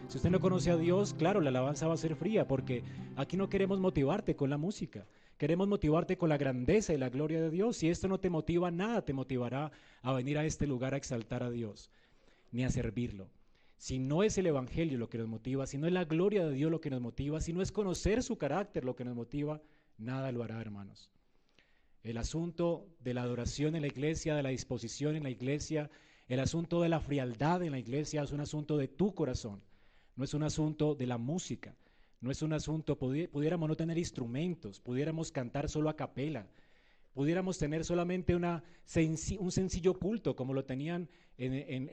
Si usted no conoce a Dios, claro, la alabanza va a ser fría, porque aquí no queremos motivarte con la música. Queremos motivarte con la grandeza y la gloria de Dios. Si esto no te motiva, nada te motivará a venir a este lugar a exaltar a Dios, ni a servirlo. Si no es el Evangelio lo que nos motiva, si no es la gloria de Dios lo que nos motiva, si no es conocer su carácter lo que nos motiva, nada lo hará, hermanos. El asunto de la adoración en la iglesia, de la disposición en la iglesia, el asunto de la frialdad en la iglesia es un asunto de tu corazón, no es un asunto de la música, no es un asunto, pudiéramos no tener instrumentos, pudiéramos cantar solo a capela, pudiéramos tener solamente un sencillo culto como lo tenían en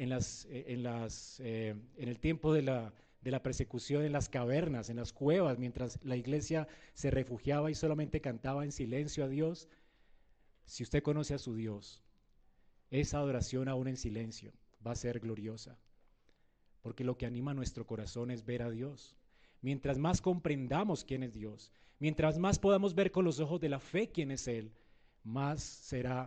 el tiempo de la persecución en las cavernas, en las cuevas, mientras la iglesia se refugiaba y solamente cantaba en silencio a Dios. Si usted conoce a su Dios, esa adoración aún en silencio va a ser gloriosa, porque lo que anima nuestro corazón es ver a Dios. Mientras más comprendamos quién es Dios, mientras más podamos ver con los ojos de la fe quién es Él, más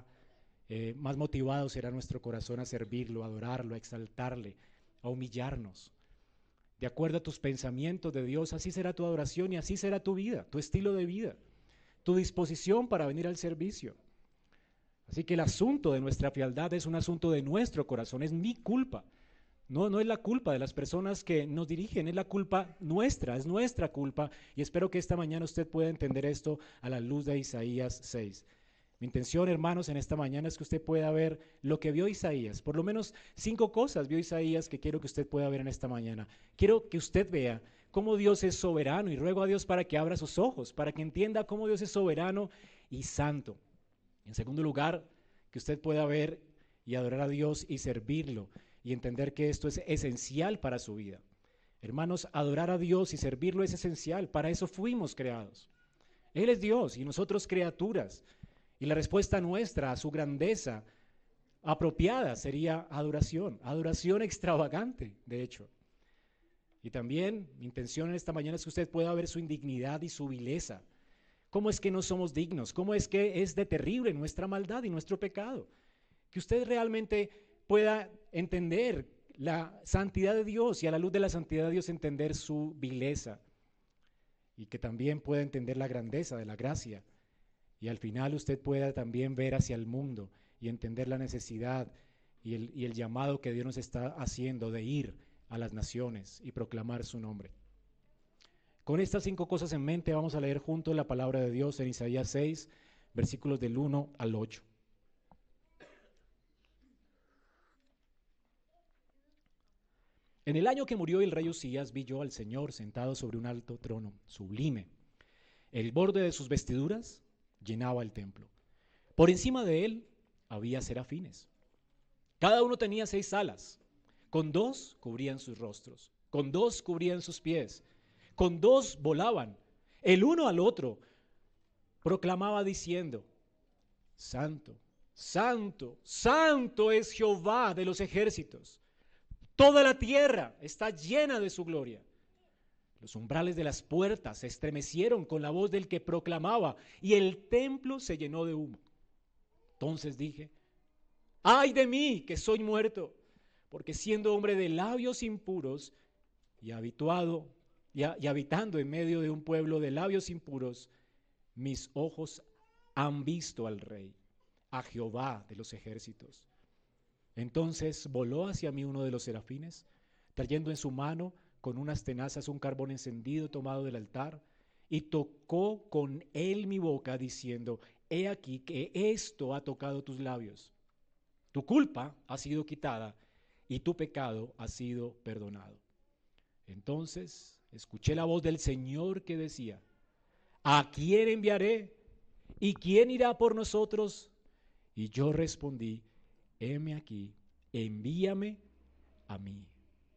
motivado será nuestro corazón a servirlo, a adorarlo, a exaltarle, a humillarnos. De acuerdo a tus pensamientos de Dios, así será tu adoración y así será tu vida, tu estilo de vida, tu disposición para venir al servicio. Así que el asunto de nuestra frialdad es un asunto de nuestro corazón, es mi culpa. No es la culpa de las personas que nos dirigen, es la culpa nuestra, es nuestra culpa. Y espero que esta mañana usted pueda entender esto a la luz de Isaías 6. Mi intención, hermanos, en esta mañana es que usted pueda ver lo que vio Isaías. Por lo menos 5 cosas vio Isaías que quiero que usted pueda ver en esta mañana. Quiero que usted vea cómo Dios es soberano y ruego a Dios para que abra sus ojos, para que entienda cómo Dios es soberano y santo. En segundo lugar, que usted pueda ver y adorar a Dios y servirlo y entender que esto es esencial para su vida. Hermanos, adorar a Dios y servirlo es esencial, para eso fuimos creados. Él es Dios y nosotros criaturas. Y la respuesta nuestra a su grandeza apropiada sería adoración, adoración extravagante, de hecho. Y también mi intención en esta mañana es que usted pueda ver su indignidad y su vileza. ¿Cómo es que no somos dignos? ¿Cómo es que es de terrible nuestra maldad y nuestro pecado? Que usted realmente pueda entender la santidad de Dios y a la luz de la santidad de Dios entender su vileza y que también pueda entender la grandeza de la gracia y al final usted pueda también ver hacia el mundo y entender la necesidad y el llamado que Dios nos está haciendo de ir a las naciones y proclamar su nombre. Con estas 5 cosas en mente vamos a leer juntos la palabra de Dios en Isaías 6, versículos del 1 al 8. En el año que murió el rey Usías, vi yo al Señor sentado sobre un alto trono, sublime. El borde de sus vestiduras llenaba el templo. Por encima de él había serafines. Cada uno tenía 6 alas. Con 2 cubrían sus rostros, con 2 cubrían sus pies, con 2 volaban. El uno al otro proclamaba diciendo: Santo, santo, santo es Jehová de los ejércitos. Toda la tierra está llena de su gloria. Los umbrales de las puertas se estremecieron con la voz del que proclamaba y el templo se llenó de humo. Entonces dije: ¡ay de mí, que soy muerto! Porque siendo hombre de labios impuros y habitando en medio de un pueblo de labios impuros, mis ojos han visto al Rey, a Jehová de los ejércitos. Entonces voló hacia mí uno de los serafines, trayendo en su mano con unas tenazas un carbón encendido tomado del altar, y tocó con él mi boca, diciendo: he aquí que esto ha tocado tus labios. Tu culpa ha sido quitada y tu pecado ha sido perdonado. Entonces escuché la voz del Señor que decía: ¿a quién enviaré? ¿Y quién irá por nosotros? Y yo respondí: heme aquí, envíame a mí.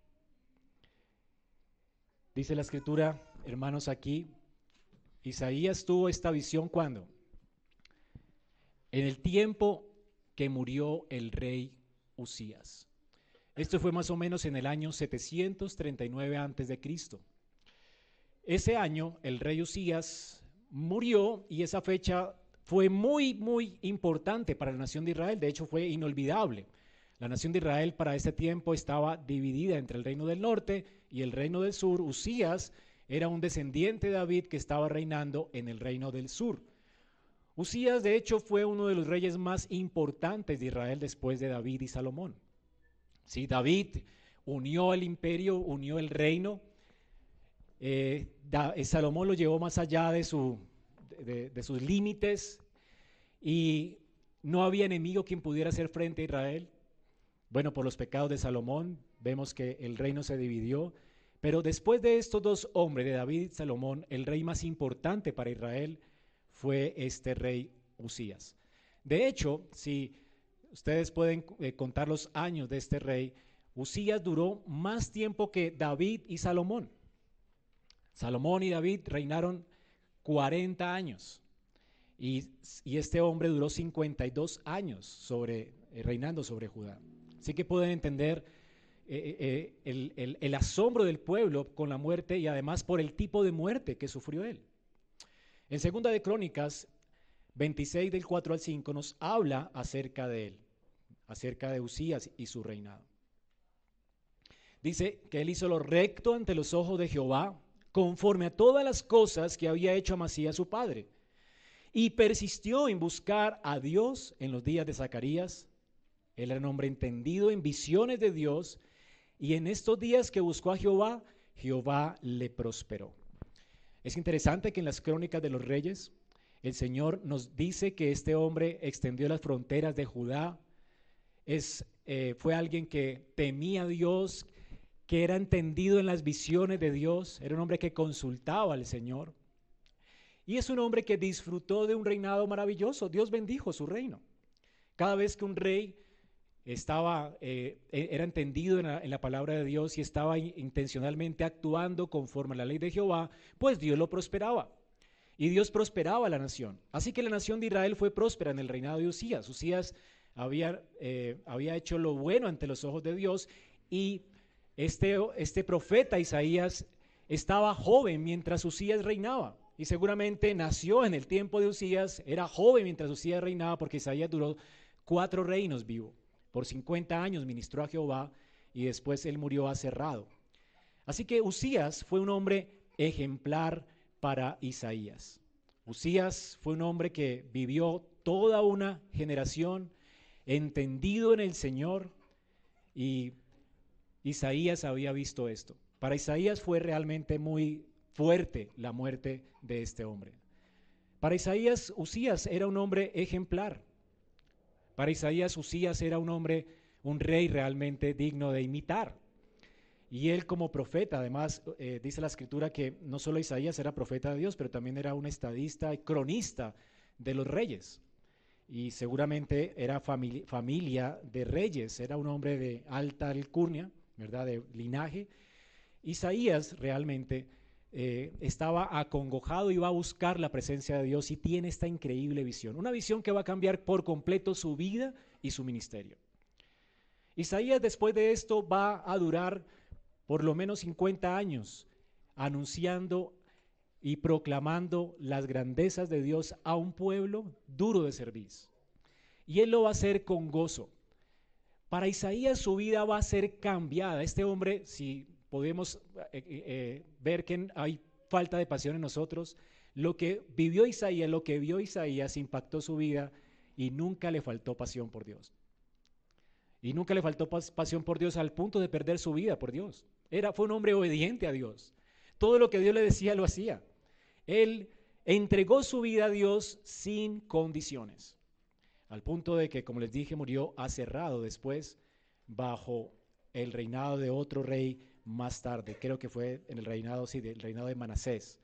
Dice la Escritura, hermanos, aquí, Isaías tuvo esta visión ¿cuándo? En el tiempo que murió el rey Usías. Esto fue más o menos en el año 739 a.C. Ese año el rey Usías murió y esa fecha fue muy, muy importante para la nación de Israel. De hecho, fue inolvidable. La nación de Israel para ese tiempo estaba dividida entre el reino del norte y el reino del sur, Usías era un descendiente de David que estaba reinando en el reino del sur. Usías, de hecho, fue uno de los reyes más importantes de Israel después de David y Salomón. Sí, David unió el imperio, unió el reino. Salomón lo llevó más allá de sus límites y no había enemigo quien pudiera hacer frente a Israel. Bueno, por los pecados de Salomón vemos que el reino se dividió, pero después de estos dos hombres, de David y Salomón, el rey más importante para Israel fue este rey Usías. De hecho, si ustedes pueden contar los años de este rey, Usías duró más tiempo que David y Salomón. Salomón y David reinaron 40 años y este hombre duró 52 años reinando sobre Judá. Así que pueden entender el asombro del pueblo con la muerte y además por el tipo de muerte que sufrió él. En Segunda de Crónicas 26 del 4 al 5 nos habla acerca de él, acerca de Usías y su reinado. Dice que él hizo lo recto ante los ojos de Jehová, conforme a todas las cosas que había hecho Amasías su padre, y persistió en buscar a Dios en los días de Zacarías. Él era un hombre entendido en visiones de Dios, y en estos días que buscó a Jehová, Jehová le prosperó. Es interesante que en las crónicas de los reyes, el Señor nos dice que este hombre extendió las fronteras de Judá, fue alguien que temía a Dios, que era entendido en las visiones de Dios, era un hombre que consultaba al Señor, y es un hombre que disfrutó de un reinado maravilloso. Dios bendijo su reino. Cada vez que un rey era entendido en la palabra de Dios y estaba intencionalmente actuando conforme a la ley de Jehová, pues Dios lo prosperaba. Y Dios prosperaba a la nación. Así que la nación de Israel fue próspera en el reinado de Usías. Usías había hecho lo bueno ante los ojos de Dios, y este profeta Isaías estaba joven mientras Usías reinaba. Y seguramente nació en el tiempo de Usías, era joven mientras Usías reinaba, porque Isaías duró 4 reinos vivo. Por 50 años ministró a Jehová y después él murió aserrado. Así que Usías fue un hombre ejemplar para Isaías. Usías fue un hombre que vivió toda una generación entendido en el Señor, y Isaías había visto esto. Para Isaías fue realmente muy fuerte la muerte de este hombre. Para Isaías, Usías era un hombre ejemplar. Para Isaías, Usías era un hombre, un rey realmente digno de imitar. Y él como profeta, además, dice la Escritura que no solo Isaías era profeta de Dios, pero también era un estadista y cronista de los reyes. Y seguramente era familia de reyes, era un hombre de alta alcurnia, ¿verdad?, de linaje. Isaías realmente estaba acongojado y va a buscar la presencia de Dios, y tiene esta increíble visión, una visión que va a cambiar por completo su vida y su ministerio. Isaías, después de esto, va a durar por lo menos 50 años anunciando y proclamando las grandezas de Dios a un pueblo duro de cerviz, y él lo va a hacer con gozo. Para Isaías su vida va a ser cambiada. Este hombre, si podemos ver que hay falta de pasión en nosotros, lo que vivió Isaías, lo que vio Isaías impactó su vida, y nunca le faltó pasión por Dios. Y nunca le faltó pasión por Dios al punto de perder su vida por Dios. Fue un hombre obediente a Dios. Todo lo que Dios le decía lo hacía. Él entregó su vida a Dios sin condiciones, al punto de que, como les dije, murió aserrado después bajo el reinado de otro rey más tarde. Creo que fue en el reinado, sí, del reinado de Manasés.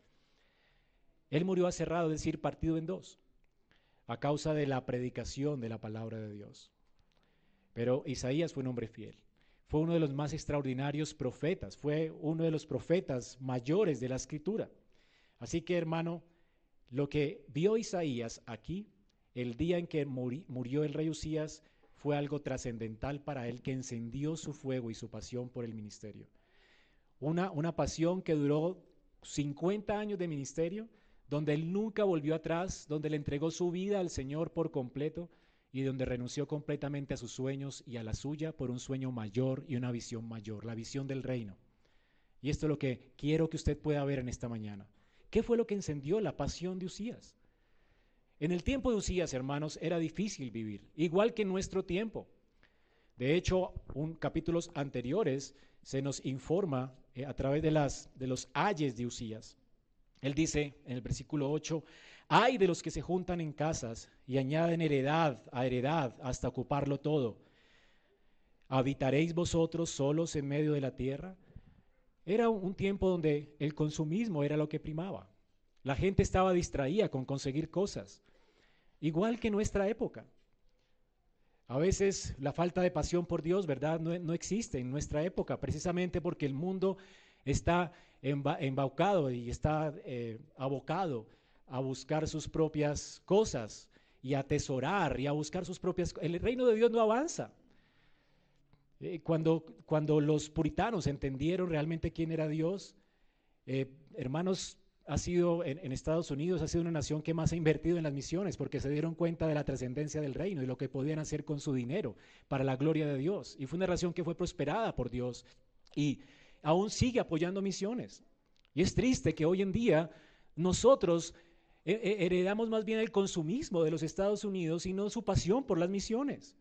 Él murió aserrado, es decir, partido en dos, a causa de la predicación de la palabra de Dios. Pero Isaías fue un hombre fiel. Fue uno de los más extraordinarios profetas. Fue uno de los profetas mayores de la Escritura. Así que, hermano, lo que vio Isaías aquí, el día en que murió el rey Usías, fue algo trascendental para él, que encendió su fuego y su pasión por el ministerio. Una pasión que duró 50 años de ministerio, donde él nunca volvió atrás, donde le entregó su vida al Señor por completo, y donde renunció completamente a sus sueños y a la suya por un sueño mayor y una visión mayor, la visión del reino. Y esto es lo que quiero que usted pueda ver en esta mañana. ¿Qué fue lo que encendió la pasión de Uzías? En el tiempo de Uzías, hermanos, era difícil vivir, igual que en nuestro tiempo. De hecho, capítulos anteriores se nos informa a través de los ayes de Uzías. Él dice en el versículo 8, ay de los que se juntan en casas y añaden heredad a heredad hasta ocuparlo todo. ¿Habitaréis vosotros solos en medio de la tierra? Era un tiempo donde el consumismo era lo que primaba. La gente estaba distraída con conseguir cosas, igual que en nuestra época. A veces la falta de pasión por Dios, ¿verdad? No existe en nuestra época, precisamente porque el mundo está embaucado y está abocado a buscar sus propias cosas y a atesorar y a buscar sus propias cosas. El reino de Dios no avanza. Cuando los puritanos entendieron realmente quién era Dios, hermanos, en Estados Unidos ha sido una nación que más ha invertido en las misiones porque se dieron cuenta de la trascendencia del reino y lo que podían hacer con su dinero para la gloria de Dios. Y fue una nación que fue prosperada por Dios y aún sigue apoyando misiones. Y es triste que hoy en día nosotros heredamos más bien el consumismo de los Estados Unidos y no su pasión por las misiones.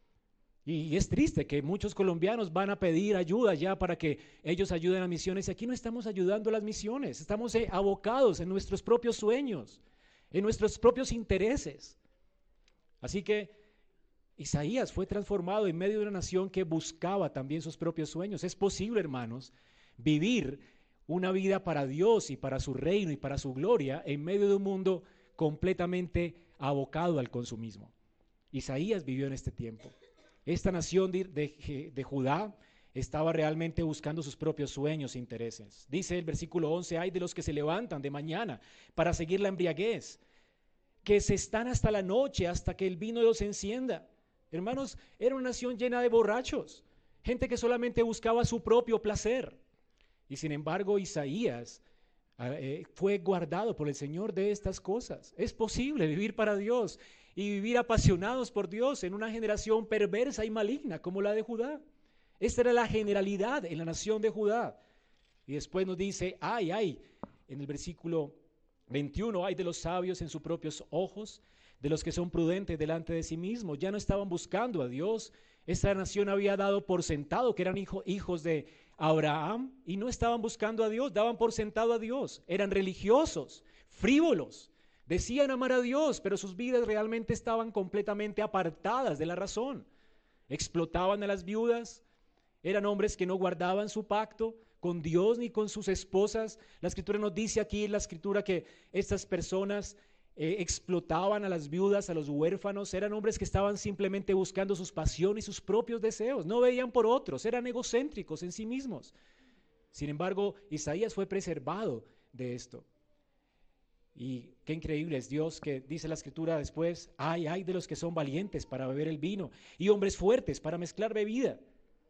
Y es triste que muchos colombianos van a pedir ayuda ya para que ellos ayuden a misiones. Y aquí no estamos ayudando a las misiones, estamos abocados en nuestros propios sueños, en nuestros propios intereses. Así que Isaías fue transformado en medio de una nación que buscaba también sus propios sueños. Es posible, hermanos, vivir una vida para Dios y para su reino y para su gloria en medio de un mundo completamente abocado al consumismo. Isaías vivió en este tiempo. Esta nación de Judá estaba realmente buscando sus propios sueños e intereses. Dice el versículo 11, hay de los que se levantan de mañana para seguir la embriaguez, que se están hasta la noche, hasta que el vino los encienda. Hermanos, era una nación llena de borrachos, gente que solamente buscaba su propio placer. Y sin embargo, Isaías fue guardado por el Señor de estas cosas. Es posible vivir para Dios y vivir apasionados por Dios en una generación perversa y maligna como la de Judá. Esta era la generalidad en la nación de Judá. Y después nos dice, ay, en el versículo 21, ay de los sabios en sus propios ojos, de los que son prudentes delante de sí mismos. Ya no estaban buscando a Dios. Esta nación había dado por sentado que eran hijos de Abraham y no estaban buscando a Dios, daban por sentado a Dios. Eran religiosos, frívolos. Decían amar a Dios, pero sus vidas realmente estaban completamente apartadas de la razón. Explotaban a las viudas, eran hombres que no guardaban su pacto con Dios ni con sus esposas. La Escritura nos dice aquí en la Escritura que estas personas explotaban a las viudas, a los huérfanos. Eran hombres que estaban simplemente buscando sus pasiones y sus propios deseos. No veían por otros, eran egocéntricos en sí mismos. Sin embargo, Isaías fue preservado de esto. Y qué increíble es Dios, que dice la Escritura después, ay de los que son valientes para beber el vino y hombres fuertes para mezclar bebida.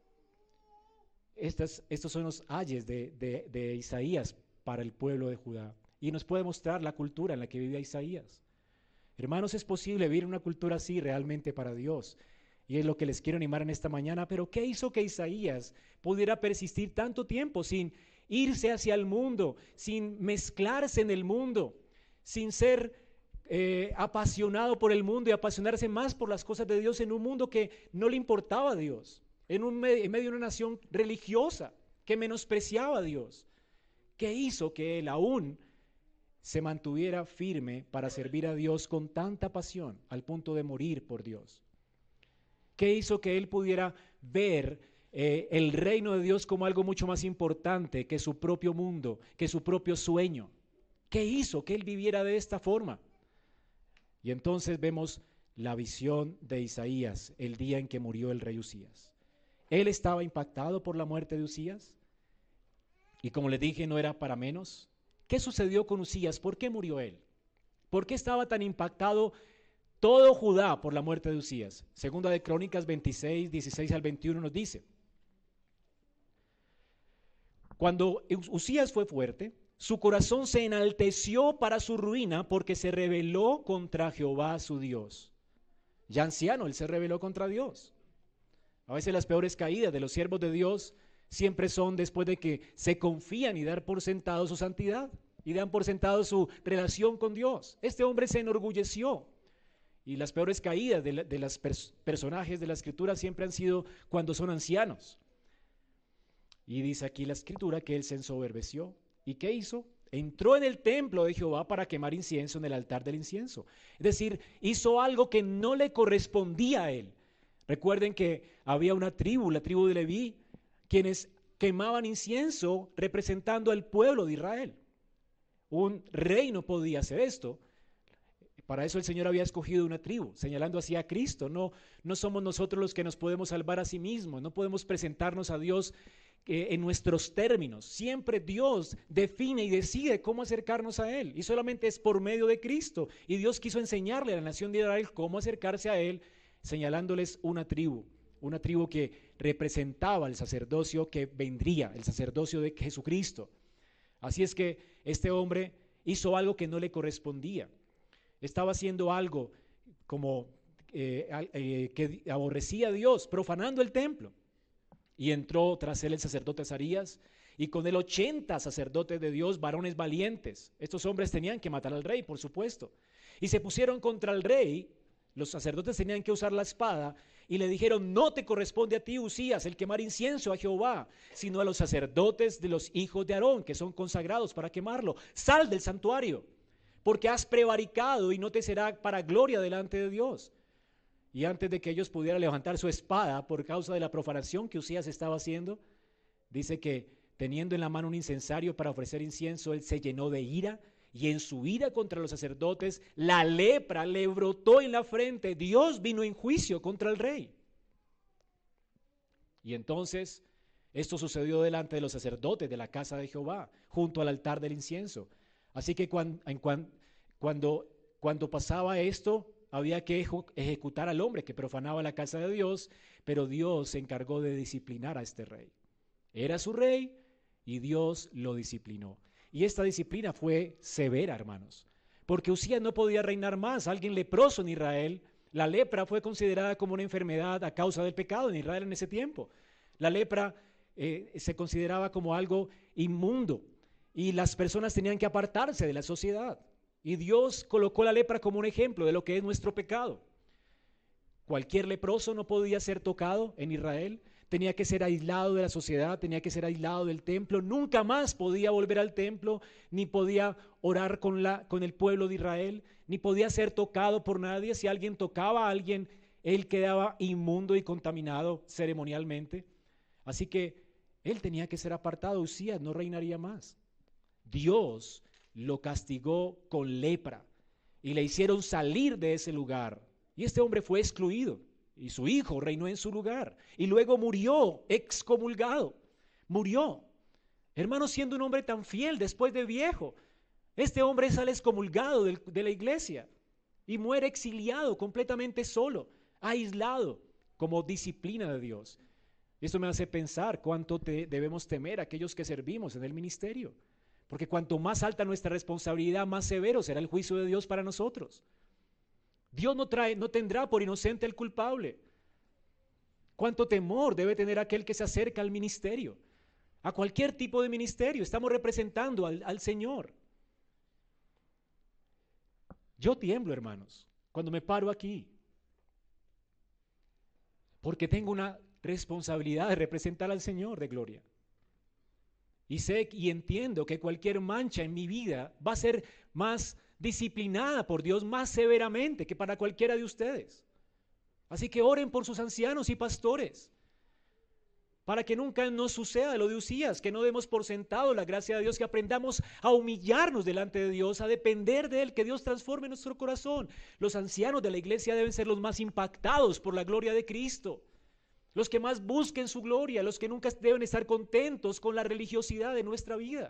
Estos son los ayes de Isaías para el pueblo de Judá. Y nos puede mostrar la cultura en la que vivía Isaías. Hermanos, es posible vivir una cultura así realmente para Dios. Y es lo que les quiero animar en esta mañana. Pero ¿qué hizo que Isaías pudiera persistir tanto tiempo sin irse hacia el mundo, sin mezclarse en el mundo, sin ser apasionado por el mundo y apasionarse más por las cosas de Dios en un mundo que no le importaba a Dios, en medio de una nación religiosa que menospreciaba a Dios? ¿Qué hizo que él aún se mantuviera firme para servir a Dios con tanta pasión al punto de morir por Dios? ¿Qué hizo que él pudiera ver el reino de Dios como algo mucho más importante que su propio mundo, que su propio sueño? ¿Qué hizo que él viviera de esta forma? Y entonces vemos la visión de Isaías el día en que murió el rey Uzías. Él estaba impactado por la muerte de Uzías y, como les dije, no era para menos. ¿Qué sucedió con Uzías? ¿Por qué murió él? ¿Por qué estaba tan impactado todo Judá por la muerte de Uzías? Segunda de Crónicas 26, 16 al 21 nos dice: cuando Uzías fue fuerte, su corazón se enalteció para su ruina porque se rebeló contra Jehová su Dios. Ya anciano, él se rebeló contra Dios. A veces las peores caídas de los siervos de Dios siempre son después de que se confían y dan por sentado su santidad y dan por sentado su relación con Dios. Este hombre se enorgulleció. Y las peores caídas de los personajes de la Escritura siempre han sido cuando son ancianos. Y dice aquí la Escritura que él se ensoberbeció. ¿Y qué hizo? Entró en el templo de Jehová para quemar incienso en el altar del incienso. Es decir, hizo algo que no le correspondía a él. Recuerden que había una tribu, la tribu de Leví, quienes quemaban incienso representando al pueblo de Israel. Un rey no podía hacer esto. Para eso el Señor había escogido una tribu, señalando así a Cristo. No somos nosotros los que nos podemos salvar a sí mismos, no podemos presentarnos a Dios en nuestros términos. Siempre Dios define y decide cómo acercarnos a Él, y solamente es por medio de Cristo. Y Dios quiso enseñarle a la nación de Israel cómo acercarse a Él, señalándoles una tribu que representaba el sacerdocio que vendría, el sacerdocio de Jesucristo. Así es que este hombre hizo algo que no le correspondía. Estaba haciendo algo como que aborrecía a Dios, profanando el templo. Y entró tras él el sacerdote Azarías, y con él 80 sacerdotes de Dios, varones valientes. Estos hombres tenían que matar al rey, por supuesto. Y se pusieron contra el rey. Los sacerdotes tenían que usar la espada y le dijeron: no te corresponde a ti, Usías, el quemar incienso a Jehová, sino a los sacerdotes de los hijos de Aarón, que son consagrados para quemarlo. Sal del santuario, porque has prevaricado y no te será para gloria delante de Dios. Y antes de que ellos pudieran levantar su espada por causa de la profanación que Usías estaba haciendo, dice que teniendo en la mano un incensario para ofrecer incienso, él se llenó de ira, y en su ira contra los sacerdotes, la lepra le brotó en la frente. Dios vino en juicio contra el rey. Y entonces esto sucedió delante de los sacerdotes de la casa de Jehová, junto al altar del incienso. Así que cuando pasaba esto, había que ejecutar al hombre que profanaba la casa de Dios, pero Dios se encargó de disciplinar a este rey. Era su rey y Dios lo disciplinó. Y esta disciplina fue severa, hermanos, porque Usías no podía reinar más. Alguien leproso en Israel, la lepra fue considerada como una enfermedad a causa del pecado en Israel en ese tiempo. La lepra se consideraba como algo inmundo y las personas tenían que apartarse de la sociedad. Y Dios colocó la lepra como un ejemplo de lo que es nuestro pecado. Cualquier leproso no podía ser tocado en Israel, tenía que ser aislado de la sociedad, tenía que ser aislado del templo, nunca más podía volver al templo, ni podía orar con el pueblo de Israel, ni podía ser tocado por nadie. Si alguien tocaba a alguien, él quedaba inmundo y contaminado ceremonialmente. Así que él tenía que ser apartado. Usías no reinaría más. Dios lo castigó con lepra y le hicieron salir de ese lugar. Y este hombre fue excluido y su hijo reinó en su lugar. Y luego murió excomulgado. Murió. Hermano, siendo un hombre tan fiel después de viejo, este hombre sale excomulgado de la iglesia y muere exiliado, completamente solo, aislado, como disciplina de Dios. Esto me hace pensar cuánto debemos temer a aquellos que servimos en el ministerio. Porque cuanto más alta nuestra responsabilidad, más severo será el juicio de Dios para nosotros. Dios no tendrá por inocente al culpable. Cuánto temor debe tener aquel que se acerca al ministerio, a cualquier tipo de ministerio. Estamos representando al Señor. Yo tiemblo, hermanos, cuando me paro aquí, porque tengo una responsabilidad de representar al Señor de gloria. Y sé y entiendo que cualquier mancha en mi vida va a ser más disciplinada por Dios más severamente que para cualquiera de ustedes. Así que oren por sus ancianos y pastores, para que nunca nos suceda lo de Usías, que no demos por sentado la gracia de Dios, que aprendamos a humillarnos delante de Dios, a depender de Él, que Dios transforme nuestro corazón. Los ancianos de la iglesia deben ser los más impactados por la gloria de Cristo, los que más busquen su gloria, los que nunca deben estar contentos con la religiosidad de nuestra vida.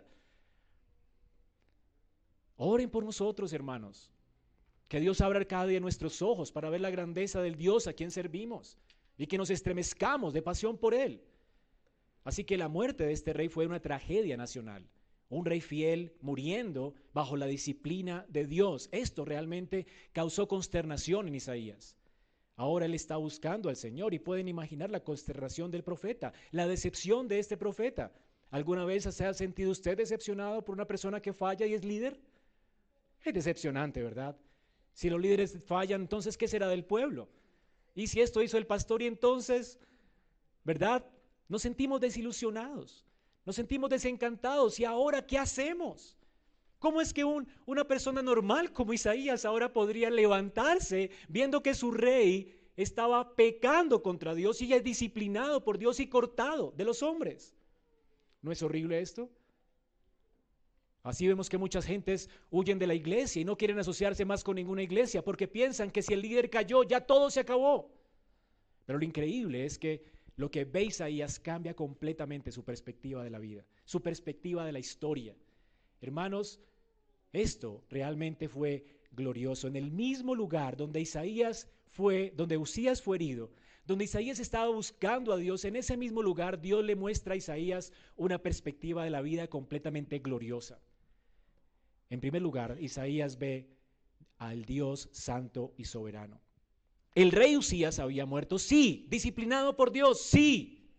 Oren por nosotros, hermanos, que Dios abra cada día nuestros ojos para ver la grandeza del Dios a quien servimos y que nos estremezcamos de pasión por Él. Así que la muerte de este rey fue una tragedia nacional. Un rey fiel muriendo bajo la disciplina de Dios. Esto realmente causó consternación en Isaías. Ahora él está buscando al Señor y pueden imaginar la consternación del profeta, la decepción de este profeta. ¿Alguna vez se ha sentido usted decepcionado por una persona que falla y es líder? Es decepcionante, ¿verdad? Si los líderes fallan, entonces ¿qué será del pueblo? Y si esto hizo el pastor y entonces, ¿verdad? Nos sentimos desilusionados, nos sentimos desencantados. ¿Y ahora qué hacemos? ¿Cómo es que una persona normal como Isaías ahora podría levantarse viendo que su rey estaba pecando contra Dios y es disciplinado por Dios y cortado de los hombres? ¿No es horrible esto? Así vemos que muchas gentes huyen de la iglesia y no quieren asociarse más con ninguna iglesia porque piensan que si el líder cayó ya todo se acabó. Pero lo increíble es que lo que ve Isaías cambia completamente su perspectiva de la vida, su perspectiva de la historia. Hermanos, esto realmente fue glorioso. En el mismo lugar donde donde Usías fue herido, donde Isaías estaba buscando a Dios, en ese mismo lugar Dios le muestra a Isaías una perspectiva de la vida completamente gloriosa. En primer lugar, Isaías ve al Dios santo y soberano. El rey Usías había muerto, sí. Disciplinado por Dios, sí.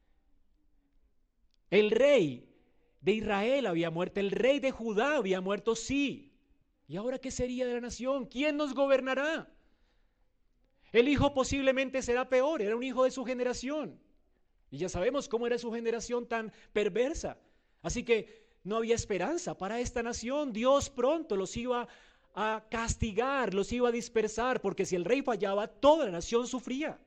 El rey de Israel había muerto, el rey de Judá había muerto, sí. ¿Y ahora qué sería de la nación? ¿Quién nos gobernará? El hijo posiblemente será peor, era un hijo de su generación. Y ya sabemos cómo era su generación tan perversa. Así que no había esperanza para esta nación. Dios pronto los iba a castigar, los iba a dispersar, porque si el rey fallaba, toda la nación sufría.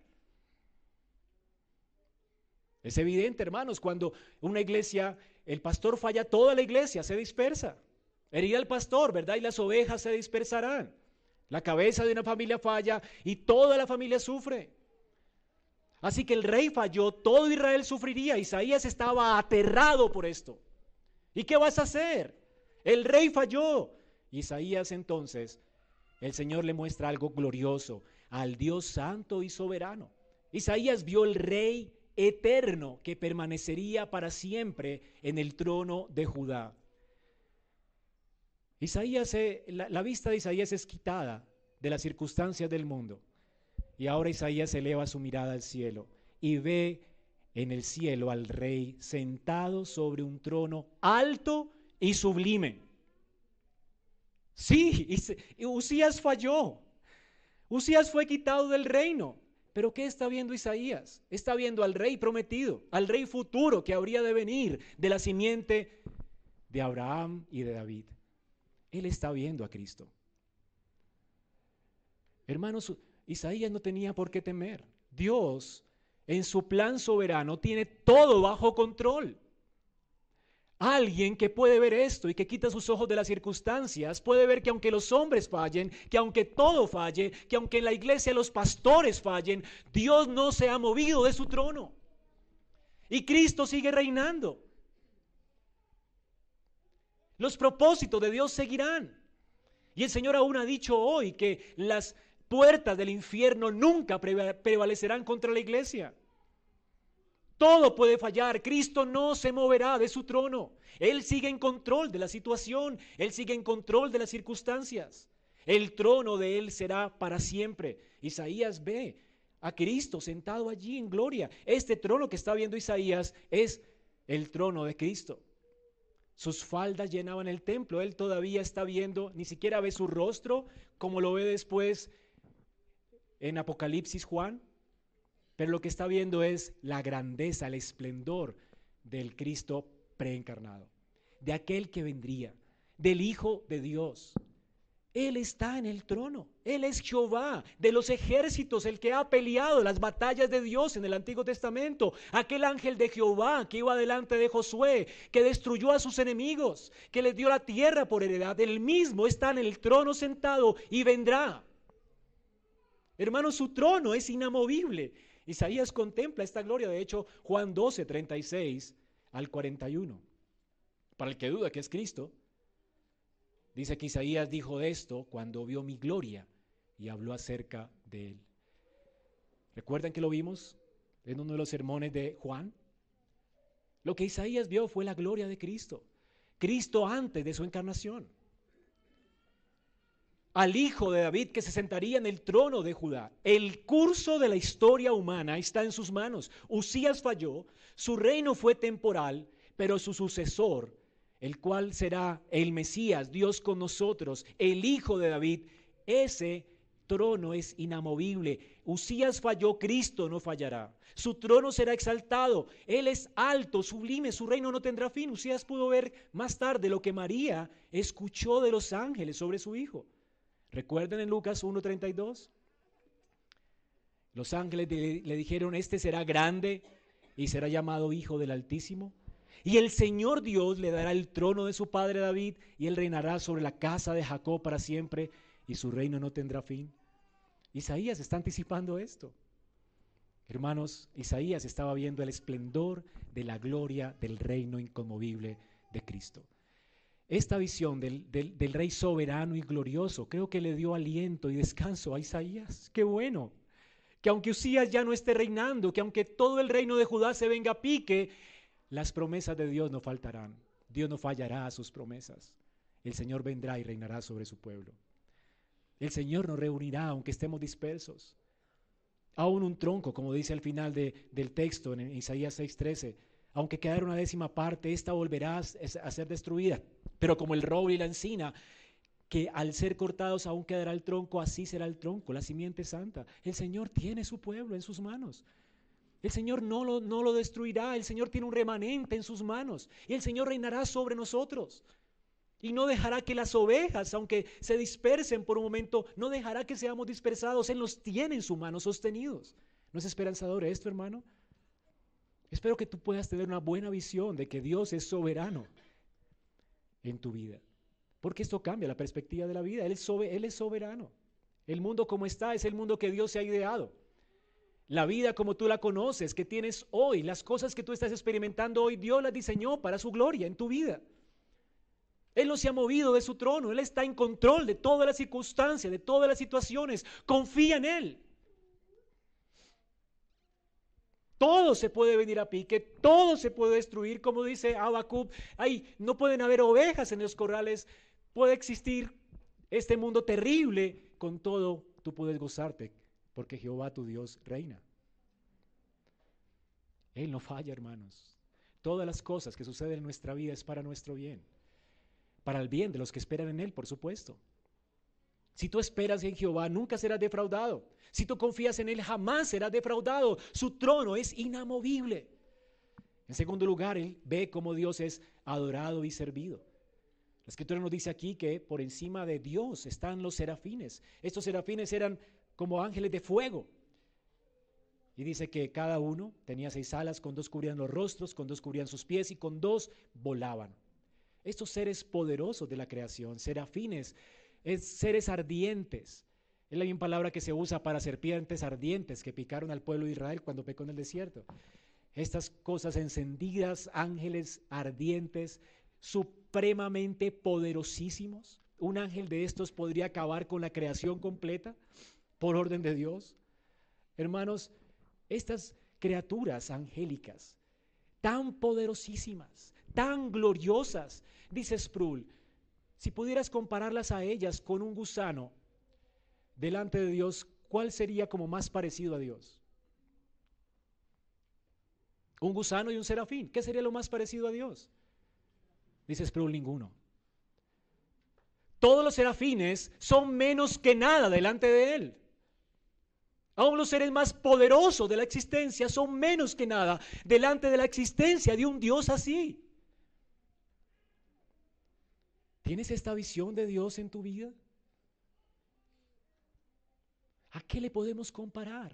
Es evidente, hermanos, cuando una iglesia, el pastor falla, toda la iglesia se dispersa. Herirá al pastor, ¿verdad? Y las ovejas se dispersarán. La cabeza de una familia falla y toda la familia sufre. Así que el rey falló, todo Israel sufriría. Isaías estaba aterrado por esto. ¿Y qué vas a hacer? El rey falló. Isaías entonces, el Señor le muestra algo glorioso, al Dios santo y soberano. Isaías vio el rey eterno que permanecería para siempre en el trono de Judá. La vista de Isaías es quitada de las circunstancias del mundo. Y ahora Isaías eleva su mirada al cielo y ve en el cielo al rey sentado sobre un trono alto y sublime. Sí, Usías falló. Usías fue quitado del reino. Pero ¿qué está viendo Isaías? Está viendo al rey prometido, al rey futuro que habría de venir de la simiente de Abraham y de David. Él está viendo a Cristo. Hermanos, Isaías no tenía por qué temer. Dios, en su plan soberano, tiene todo bajo control. Alguien que puede ver esto y que quita sus ojos de las circunstancias, puede ver que aunque los hombres fallen, que aunque todo falle, que aunque en la iglesia los pastores fallen, Dios no se ha movido de su trono. Y Cristo sigue reinando. Los propósitos de Dios seguirán. Y el Señor aún ha dicho hoy que las puertas del infierno nunca prevalecerán contra la iglesia. Todo puede fallar, Cristo no se moverá de su trono. Él sigue en control de la situación, Él sigue en control de las circunstancias. El trono de Él será para siempre. Isaías ve a Cristo sentado allí en gloria. Este trono que está viendo Isaías es el trono de Cristo. Sus faldas llenaban el templo, Él todavía está viendo, ni siquiera ve su rostro como lo ve después en Apocalipsis Juan. Pero lo que está viendo es la grandeza, el esplendor del Cristo preencarnado, de aquel que vendría, del Hijo de Dios. Él está en el trono, Él es Jehová de los ejércitos, el que ha peleado las batallas de Dios en el Antiguo Testamento, aquel ángel de Jehová que iba delante de Josué, que destruyó a sus enemigos, que les dio la tierra por heredad. Él mismo está en el trono sentado y vendrá. Hermanos, su trono es inamovible. Isaías contempla esta gloria. De hecho, Juan 12, 36 al 41. Para el que duda que es Cristo, dice que Isaías dijo esto cuando vio mi gloria y habló acerca de él. ¿Recuerdan que lo vimos en uno de los sermones de Juan? Lo que Isaías vio fue la gloria de Cristo. Cristo antes de su encarnación. al hijo de David que se sentaría en el trono de Judá. El curso de la historia humana está en sus manos. Usías falló, su reino fue temporal, pero su sucesor, el cual será el Mesías, Dios con nosotros, el hijo de David, ese trono es inamovible. Usías falló, Cristo no fallará. Su trono será exaltado, Él es alto, sublime, su reino no tendrá fin. Usías pudo ver más tarde lo que María escuchó de los ángeles sobre su hijo. ¿Recuerdan en Lucas 1:32? Los ángeles le dijeron, este será grande y será llamado Hijo del Altísimo. Y el Señor Dios le dará el trono de su padre David y él reinará sobre la casa de Jacob para siempre y su reino no tendrá fin. Isaías está anticipando esto. Hermanos, Isaías estaba viendo el esplendor de la gloria del reino inconmovible de Cristo. Esta visión del rey soberano y glorioso creo que le dio aliento y descanso a Isaías. ¡Qué bueno! Que aunque Usías ya no esté reinando, que aunque todo el reino de Judá se venga a pique, las promesas de Dios no faltarán. Dios no fallará a sus promesas. El Señor vendrá y reinará sobre su pueblo. El Señor nos reunirá aunque estemos dispersos. Aún un tronco, como dice al final del texto en Isaías 6:13, aunque quedara una décima parte, esta volverá a ser destruida. Pero como el roble y la encina, que al ser cortados aún quedará el tronco, así será el tronco, la simiente santa. El Señor tiene su pueblo en sus manos. El Señor no lo destruirá. El Señor tiene un remanente en sus manos. Y el Señor reinará sobre nosotros. Y no dejará que las ovejas, aunque se dispersen por un momento, no dejará que seamos dispersados. Él nos tiene en su mano sostenidos. ¿No es esperanzador esto, hermano? Espero que tú puedas tener una buena visión de que Dios es soberano en tu vida. Porque esto cambia la perspectiva de la vida. Él es soberano. El mundo como está es el mundo que Dios se ha ideado. La vida como tú la conoces, que tienes hoy, las cosas que tú estás experimentando hoy, Dios las diseñó para su gloria en tu vida. Él no se ha movido de su trono. Él está en control de todas las circunstancias, de todas las situaciones. Confía en Él. Todo se puede venir a pique, todo se puede destruir, como dice Habacuc. No pueden haber ovejas en los corrales, puede existir este mundo terrible. Con todo, tú puedes gozarte, porque Jehová tu Dios reina. Él no falla, hermanos. Todas las cosas que suceden en nuestra vida es para nuestro bien. Para el bien de los que esperan en Él, por supuesto. Si tú esperas en Jehová, nunca serás defraudado. Si tú confías en Él, jamás serás defraudado. Su trono es inamovible. En segundo lugar, Él ve cómo Dios es adorado y servido. La Escritura nos dice aquí que por encima de Dios están los serafines. Estos serafines eran como ángeles de fuego. Y dice que cada uno tenía 6 alas, con 2 cubrían los rostros, con 2 cubrían sus pies y con 2 volaban. Estos seres poderosos de la creación, serafines, es seres ardientes. Es la misma palabra que se usa para serpientes ardientes que picaron al pueblo de Israel cuando pecó en el desierto. Estas cosas encendidas, ángeles ardientes, supremamente poderosísimos. Un ángel de estos podría acabar con la creación completa por orden de Dios. Hermanos, estas criaturas angélicas, tan poderosísimas, tan gloriosas, dice Sproul, si pudieras compararlas a ellas con un gusano delante de Dios, ¿cuál sería como más parecido a Dios? Un gusano y un serafín. ¿Qué sería lo más parecido a Dios? Dice Sproul, ninguno. Todos los serafines son menos que nada delante de Él. Aún los seres más poderosos de la existencia son menos que nada delante de la existencia de un Dios así. ¿Tienes esta visión de Dios en tu vida? ¿A qué le podemos comparar?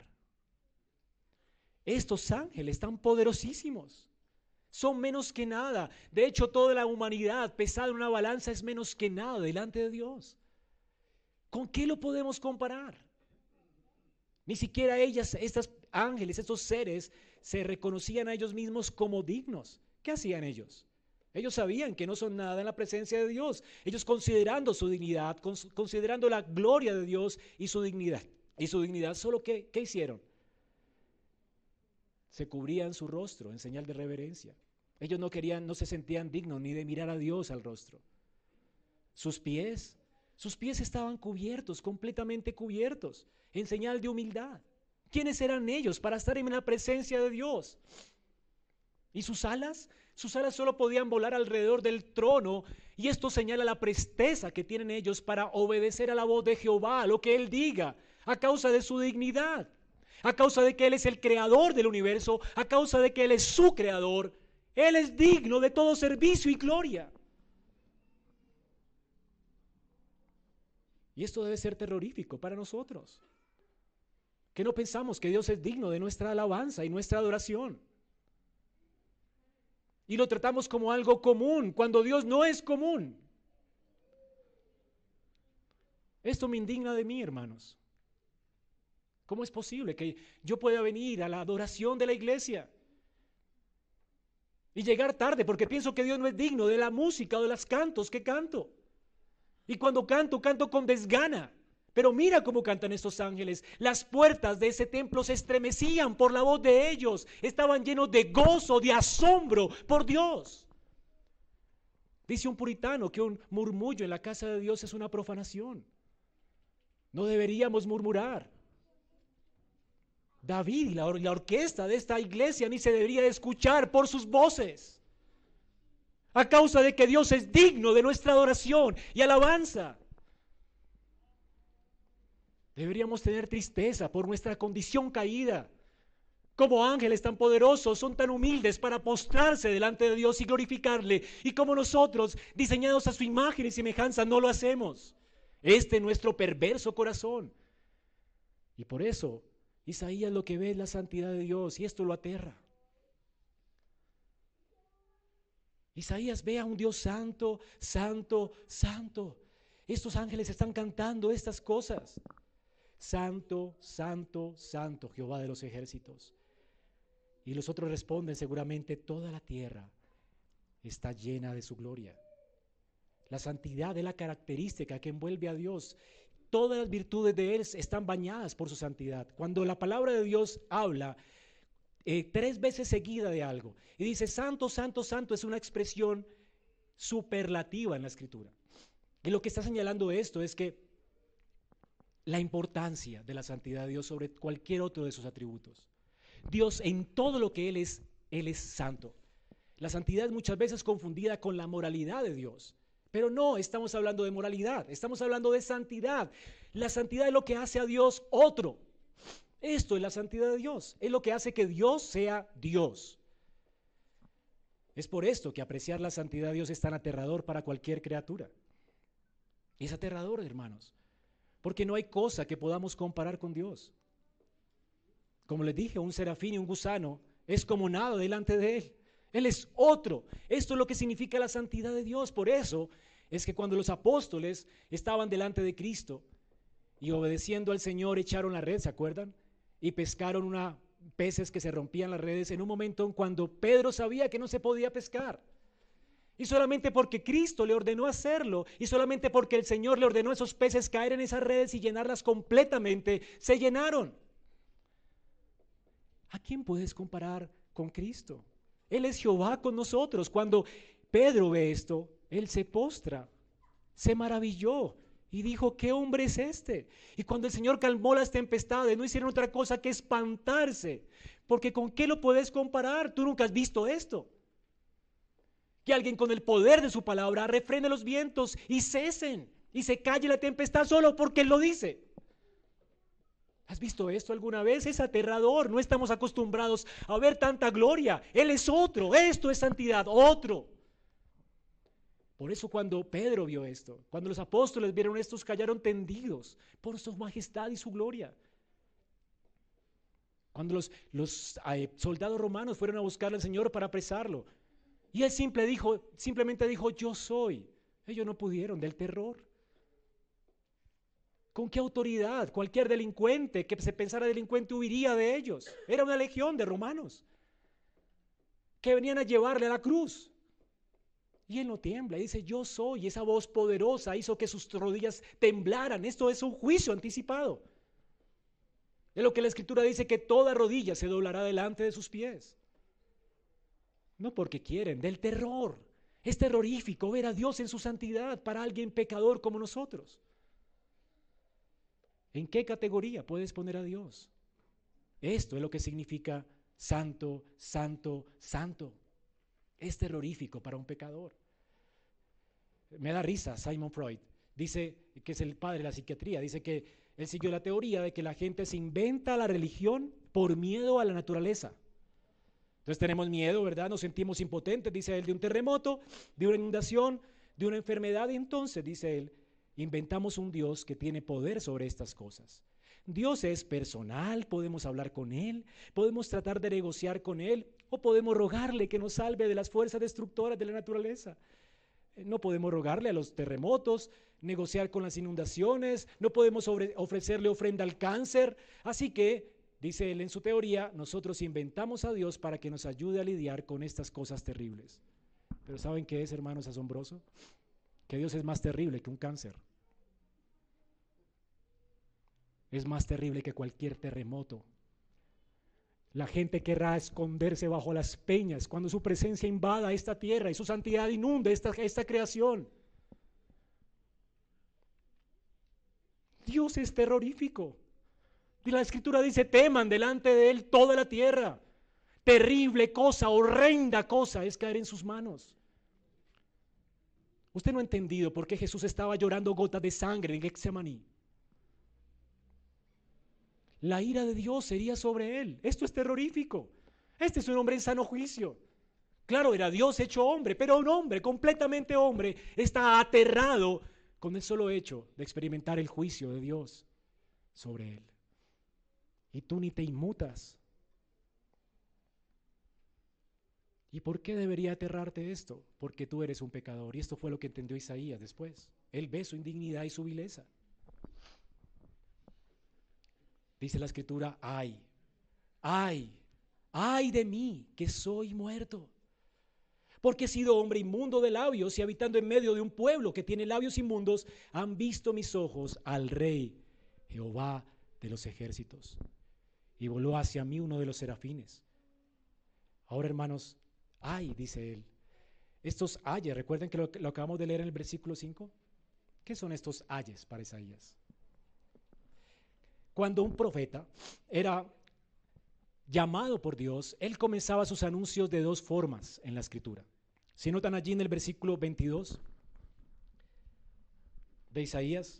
Estos ángeles tan poderosísimos son menos que nada. De hecho, toda la humanidad pesada en una balanza es menos que nada delante de Dios. ¿Con qué lo podemos comparar? Ni siquiera estos ángeles, estos seres, se reconocían a ellos mismos como dignos. ¿Qué hacían ellos? Ellos sabían que no son nada en la presencia de Dios. Ellos considerando su dignidad, considerando la gloria de Dios y su dignidad. Solo ¿qué hicieron? Se cubrían su rostro en señal de reverencia. Ellos no se sentían dignos ni de mirar a Dios al rostro. Sus pies Sus pies estaban cubiertos, completamente cubiertos, en señal de humildad. ¿Quiénes eran ellos para estar en la presencia de Dios? ¿Y sus alas? Sus alas solo podían volar alrededor del trono, y esto señala la presteza que tienen ellos para obedecer a la voz de Jehová, a lo que Él diga, a causa de su dignidad, a causa de que Él es el creador del universo, a causa de que Él es su creador. Él es digno de todo servicio y gloria. Y esto debe ser terrorífico para nosotros, que no pensamos que Dios es digno de nuestra alabanza y nuestra adoración. Y lo tratamos como algo común, cuando Dios no es común. Esto me indigna de mí, hermanos. ¿Cómo es posible que yo pueda venir a la adoración de la iglesia y llegar tarde porque pienso que Dios no es digno de la música o de los cantos que canto? Y cuando canto, canto con desgana. Pero mira cómo cantan estos ángeles. Las puertas de ese templo se estremecían por la voz de ellos. Estaban llenos de gozo, de asombro por Dios. Dice un puritano que un murmullo en la casa de Dios es una profanación. No deberíamos murmurar. David y la orquesta de esta iglesia ni se debería de escuchar por sus voces, a causa de que Dios es digno de nuestra adoración y alabanza. Deberíamos tener tristeza por nuestra condición caída. Como ángeles tan poderosos son tan humildes para postrarse delante de Dios y glorificarle, y como nosotros, diseñados a su imagen y semejanza, no lo hacemos. Este es nuestro perverso corazón. Y por eso Isaías lo que ve es la santidad de Dios, y esto lo aterra. Isaías ve a un Dios santo, santo, santo. Estos ángeles están cantando estas cosas. Santo, santo, santo, Jehová de los ejércitos. Y los otros responden seguramente: toda la tierra está llena de su gloria. La santidad es la característica que envuelve a Dios. Todas las virtudes de Él están bañadas por su santidad. Cuando la palabra de Dios habla 3 veces seguida de algo y dice santo, santo, santo, es una expresión superlativa en la Escritura. Y lo que está señalando esto es que la importancia de la santidad de Dios sobre cualquier otro de sus atributos. Dios en todo lo que Él es santo. La santidad es muchas veces confundida con la moralidad de Dios. Pero no estamos hablando de moralidad, estamos hablando de santidad. La santidad es lo que hace a Dios otro. Esto es la santidad de Dios, es lo que hace que Dios sea Dios. Es por esto que apreciar la santidad de Dios es tan aterrador para cualquier criatura. Es aterrador, hermanos, porque no hay cosa que podamos comparar con Dios. Como les dije, un serafín y un gusano es como nada delante de Él. Él es otro. Esto es lo que significa la santidad de Dios. Por eso es que cuando los apóstoles estaban delante de Cristo y obedeciendo al Señor echaron la red, ¿se acuerdan? Y pescaron peces que se rompían las redes en un momento en cuando Pedro sabía que no se podía pescar. Y solamente porque Cristo le ordenó hacerlo, y solamente porque el Señor le ordenó a esos peces caer en esas redes y llenarlas completamente, se llenaron. ¿A quién puedes comparar con Cristo? Él es Jehová con nosotros. Cuando Pedro ve esto, él se postra, se maravilló y dijo: ¿qué hombre es este? Y cuando el Señor calmó las tempestades, no hicieron otra cosa que espantarse, porque ¿con qué lo puedes comparar? Tú nunca has visto esto. Que alguien con el poder de su palabra refrene los vientos y cesen y se calle la tempestad solo porque Él lo dice. ¿Has visto esto alguna vez? Es aterrador. No estamos acostumbrados a ver tanta gloria. Él es otro. Esto es santidad, otro. Por eso cuando Pedro vio esto, cuando los apóstoles vieron esto, cayeron tendidos por su majestad y su gloria. Cuando los soldados romanos fueron a buscar al Señor para apresarlo, y Él simplemente dijo: yo soy. Ellos no pudieron del terror. ¿Con qué autoridad? Cualquier delincuente que se pensara delincuente huiría de ellos. Era una legión de romanos que venían a llevarle a la cruz. Y Él no tiembla, y dice: yo soy. Y esa voz poderosa hizo que sus rodillas temblaran. Esto es un juicio anticipado. Es lo que la Escritura dice, que toda rodilla se doblará delante de sus pies. No porque quieren, del terror. Es terrorífico ver a Dios en su santidad para alguien pecador como nosotros. ¿En qué categoría puedes poner a Dios? Esto es lo que significa santo, santo, santo. Es terrorífico para un pecador. Me da risa Sigmund Freud. Dice, que es el padre de la psiquiatría, dice que él siguió la teoría de que la gente se inventa la religión por miedo a la naturaleza. Entonces tenemos miedo, ¿verdad? Nos sentimos impotentes, dice él, de un terremoto, de una inundación, de una enfermedad. Y entonces, dice él, inventamos un Dios que tiene poder sobre estas cosas. Dios es personal, podemos hablar con Él, podemos tratar de negociar con Él o podemos rogarle que nos salve de las fuerzas destructoras de la naturaleza. No podemos rogarle a los terremotos, negociar con las inundaciones, no podemos ofrecerle ofrenda al cáncer. Así que, dice él en su teoría, nosotros inventamos a Dios para que nos ayude a lidiar con estas cosas terribles. Pero ¿saben qué es, hermanos, asombroso? Que Dios es más terrible que un cáncer. Es más terrible que cualquier terremoto. La gente querrá esconderse bajo las peñas cuando su presencia invada esta tierra y su santidad inunde esta creación. Dios es terrorífico. Y la Escritura dice, teman delante de Él toda la tierra. Terrible cosa, horrenda cosa es caer en sus manos. Usted no ha entendido por qué Jesús estaba llorando gotas de sangre en Getsemaní. La ira de Dios sería sobre él. Esto es terrorífico. Este es un hombre en sano juicio. Claro, era Dios hecho hombre, pero un hombre, completamente hombre, está aterrado con el solo hecho de experimentar el juicio de Dios sobre él. Y tú ni te inmutas. ¿Y por qué debería aterrarte esto? Porque tú eres un pecador. Y esto fue lo que entendió Isaías después. Él ve su indignidad y su vileza. Dice la Escritura, ay de mí, que soy muerto. Porque he sido hombre inmundo de labios y habitando en medio de un pueblo que tiene labios inmundos, han visto mis ojos al Rey, Jehová de los ejércitos. Y voló hacia mí uno de los serafines. Ahora, hermanos, ay, dice él. Estos ayes, recuerden que lo acabamos de leer en el versículo 5. ¿Qué son estos ayes para Isaías? Cuando un profeta era llamado por Dios, él comenzaba sus anuncios de dos formas en la Escritura. Si notan allí en el versículo 22 de Isaías,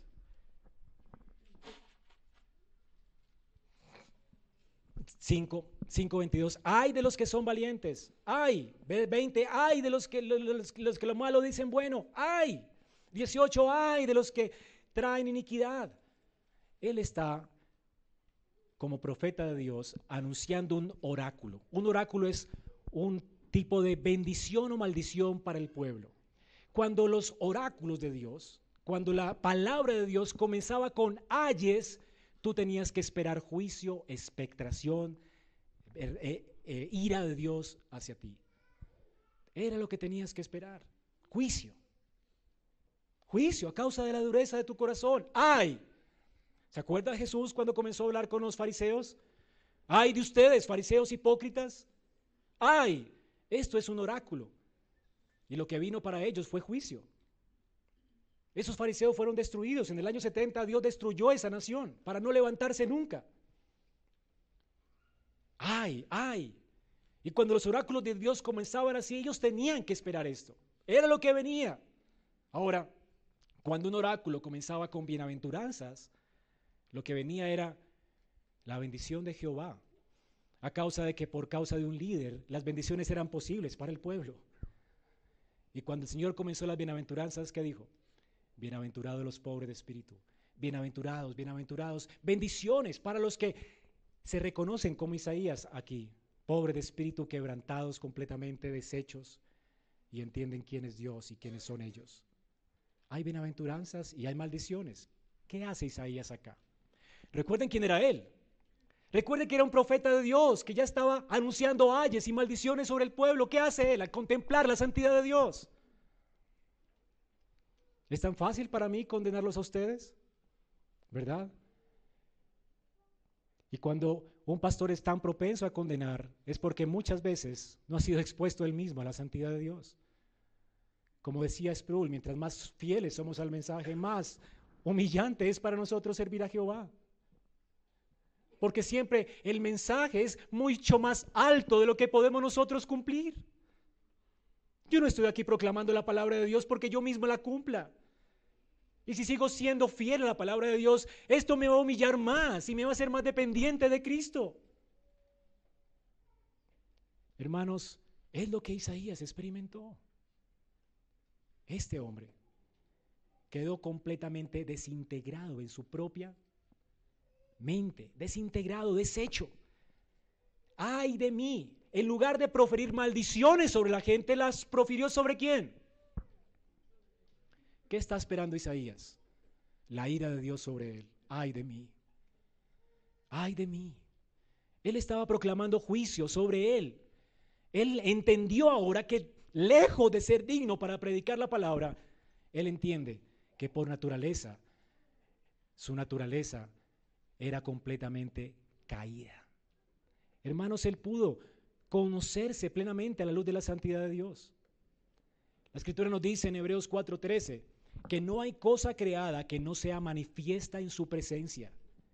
5:22, ay de los que son valientes, ay, 20, ay de los que lo malo dicen bueno, ay, 18, ay de los que traen iniquidad. Él está como profeta de Dios anunciando un oráculo. Un oráculo es un tipo de bendición o maldición para el pueblo. Cuando los oráculos de Dios, cuando la palabra de Dios comenzaba con ayes, tú tenías que esperar juicio, expectación, ira de Dios hacia ti. Era lo que tenías que esperar. Juicio. Juicio a causa de la dureza de tu corazón. ¡Ay! ¿Se acuerda Jesús cuando comenzó a hablar con los fariseos? ¡Ay de ustedes, fariseos hipócritas! ¡Ay! Esto es un oráculo. Y lo que vino para ellos fue juicio. Esos fariseos fueron destruidos. En el año 70 Dios destruyó esa nación para no levantarse nunca. ¡Ay! ¡Ay! Y cuando los oráculos de Dios comenzaban así, ellos tenían que esperar esto. Era lo que venía. Ahora, cuando un oráculo comenzaba con bienaventuranzas, lo que venía era la bendición de Jehová, a causa de que por causa de un líder las bendiciones eran posibles para el pueblo. Y cuando el Señor comenzó las bienaventuranzas, ¿qué dijo? Bienaventurados los pobres de espíritu, bienaventurados, bienaventurados, bendiciones para los que se reconocen como Isaías aquí, pobres de espíritu, quebrantados, completamente deshechos y entienden quién es Dios y quiénes son ellos. Hay bienaventuranzas y hay maldiciones. ¿Qué hace Isaías acá? Recuerden quién era él. Recuerden que era un profeta de Dios, que ya estaba anunciando ayes y maldiciones sobre el pueblo. ¿Qué hace él al contemplar la santidad de Dios? ¿Es tan fácil para mí condenarlos a ustedes? ¿Verdad? Y cuando un pastor es tan propenso a condenar, es porque muchas veces no ha sido expuesto él mismo a la santidad de Dios. Como decía Sproul, mientras más fieles somos al mensaje, más humillante es para nosotros servir a Jehová. porque siempre el mensaje es mucho más alto de lo que podemos nosotros cumplir. Yo no estoy aquí proclamando la palabra de Dios porque yo mismo la cumpla. Y si sigo siendo fiel a la palabra de Dios, esto me va a humillar más y me va a hacer más dependiente de Cristo. Hermanos, es lo que Isaías experimentó. Este hombre quedó completamente desintegrado en su propia mente, desintegrado, deshecho. ¡Ay de mí! En lugar de proferir maldiciones sobre la gente, las profirió ¿sobre quién? ¿Qué está esperando Isaías? La ira de Dios sobre él. ¡Ay de mí! ¡Ay de mí! Él estaba proclamando juicio sobre él. Él entendió ahora que lejos de ser digno para predicar la palabra, él entiende que por naturaleza, su naturaleza era completamente caída. Hermanos, él pudo conocerse plenamente a la luz de la santidad de Dios. La Escritura nos dice en Hebreos 4:13 que no hay cosa creada que no sea manifiesta en su presencia.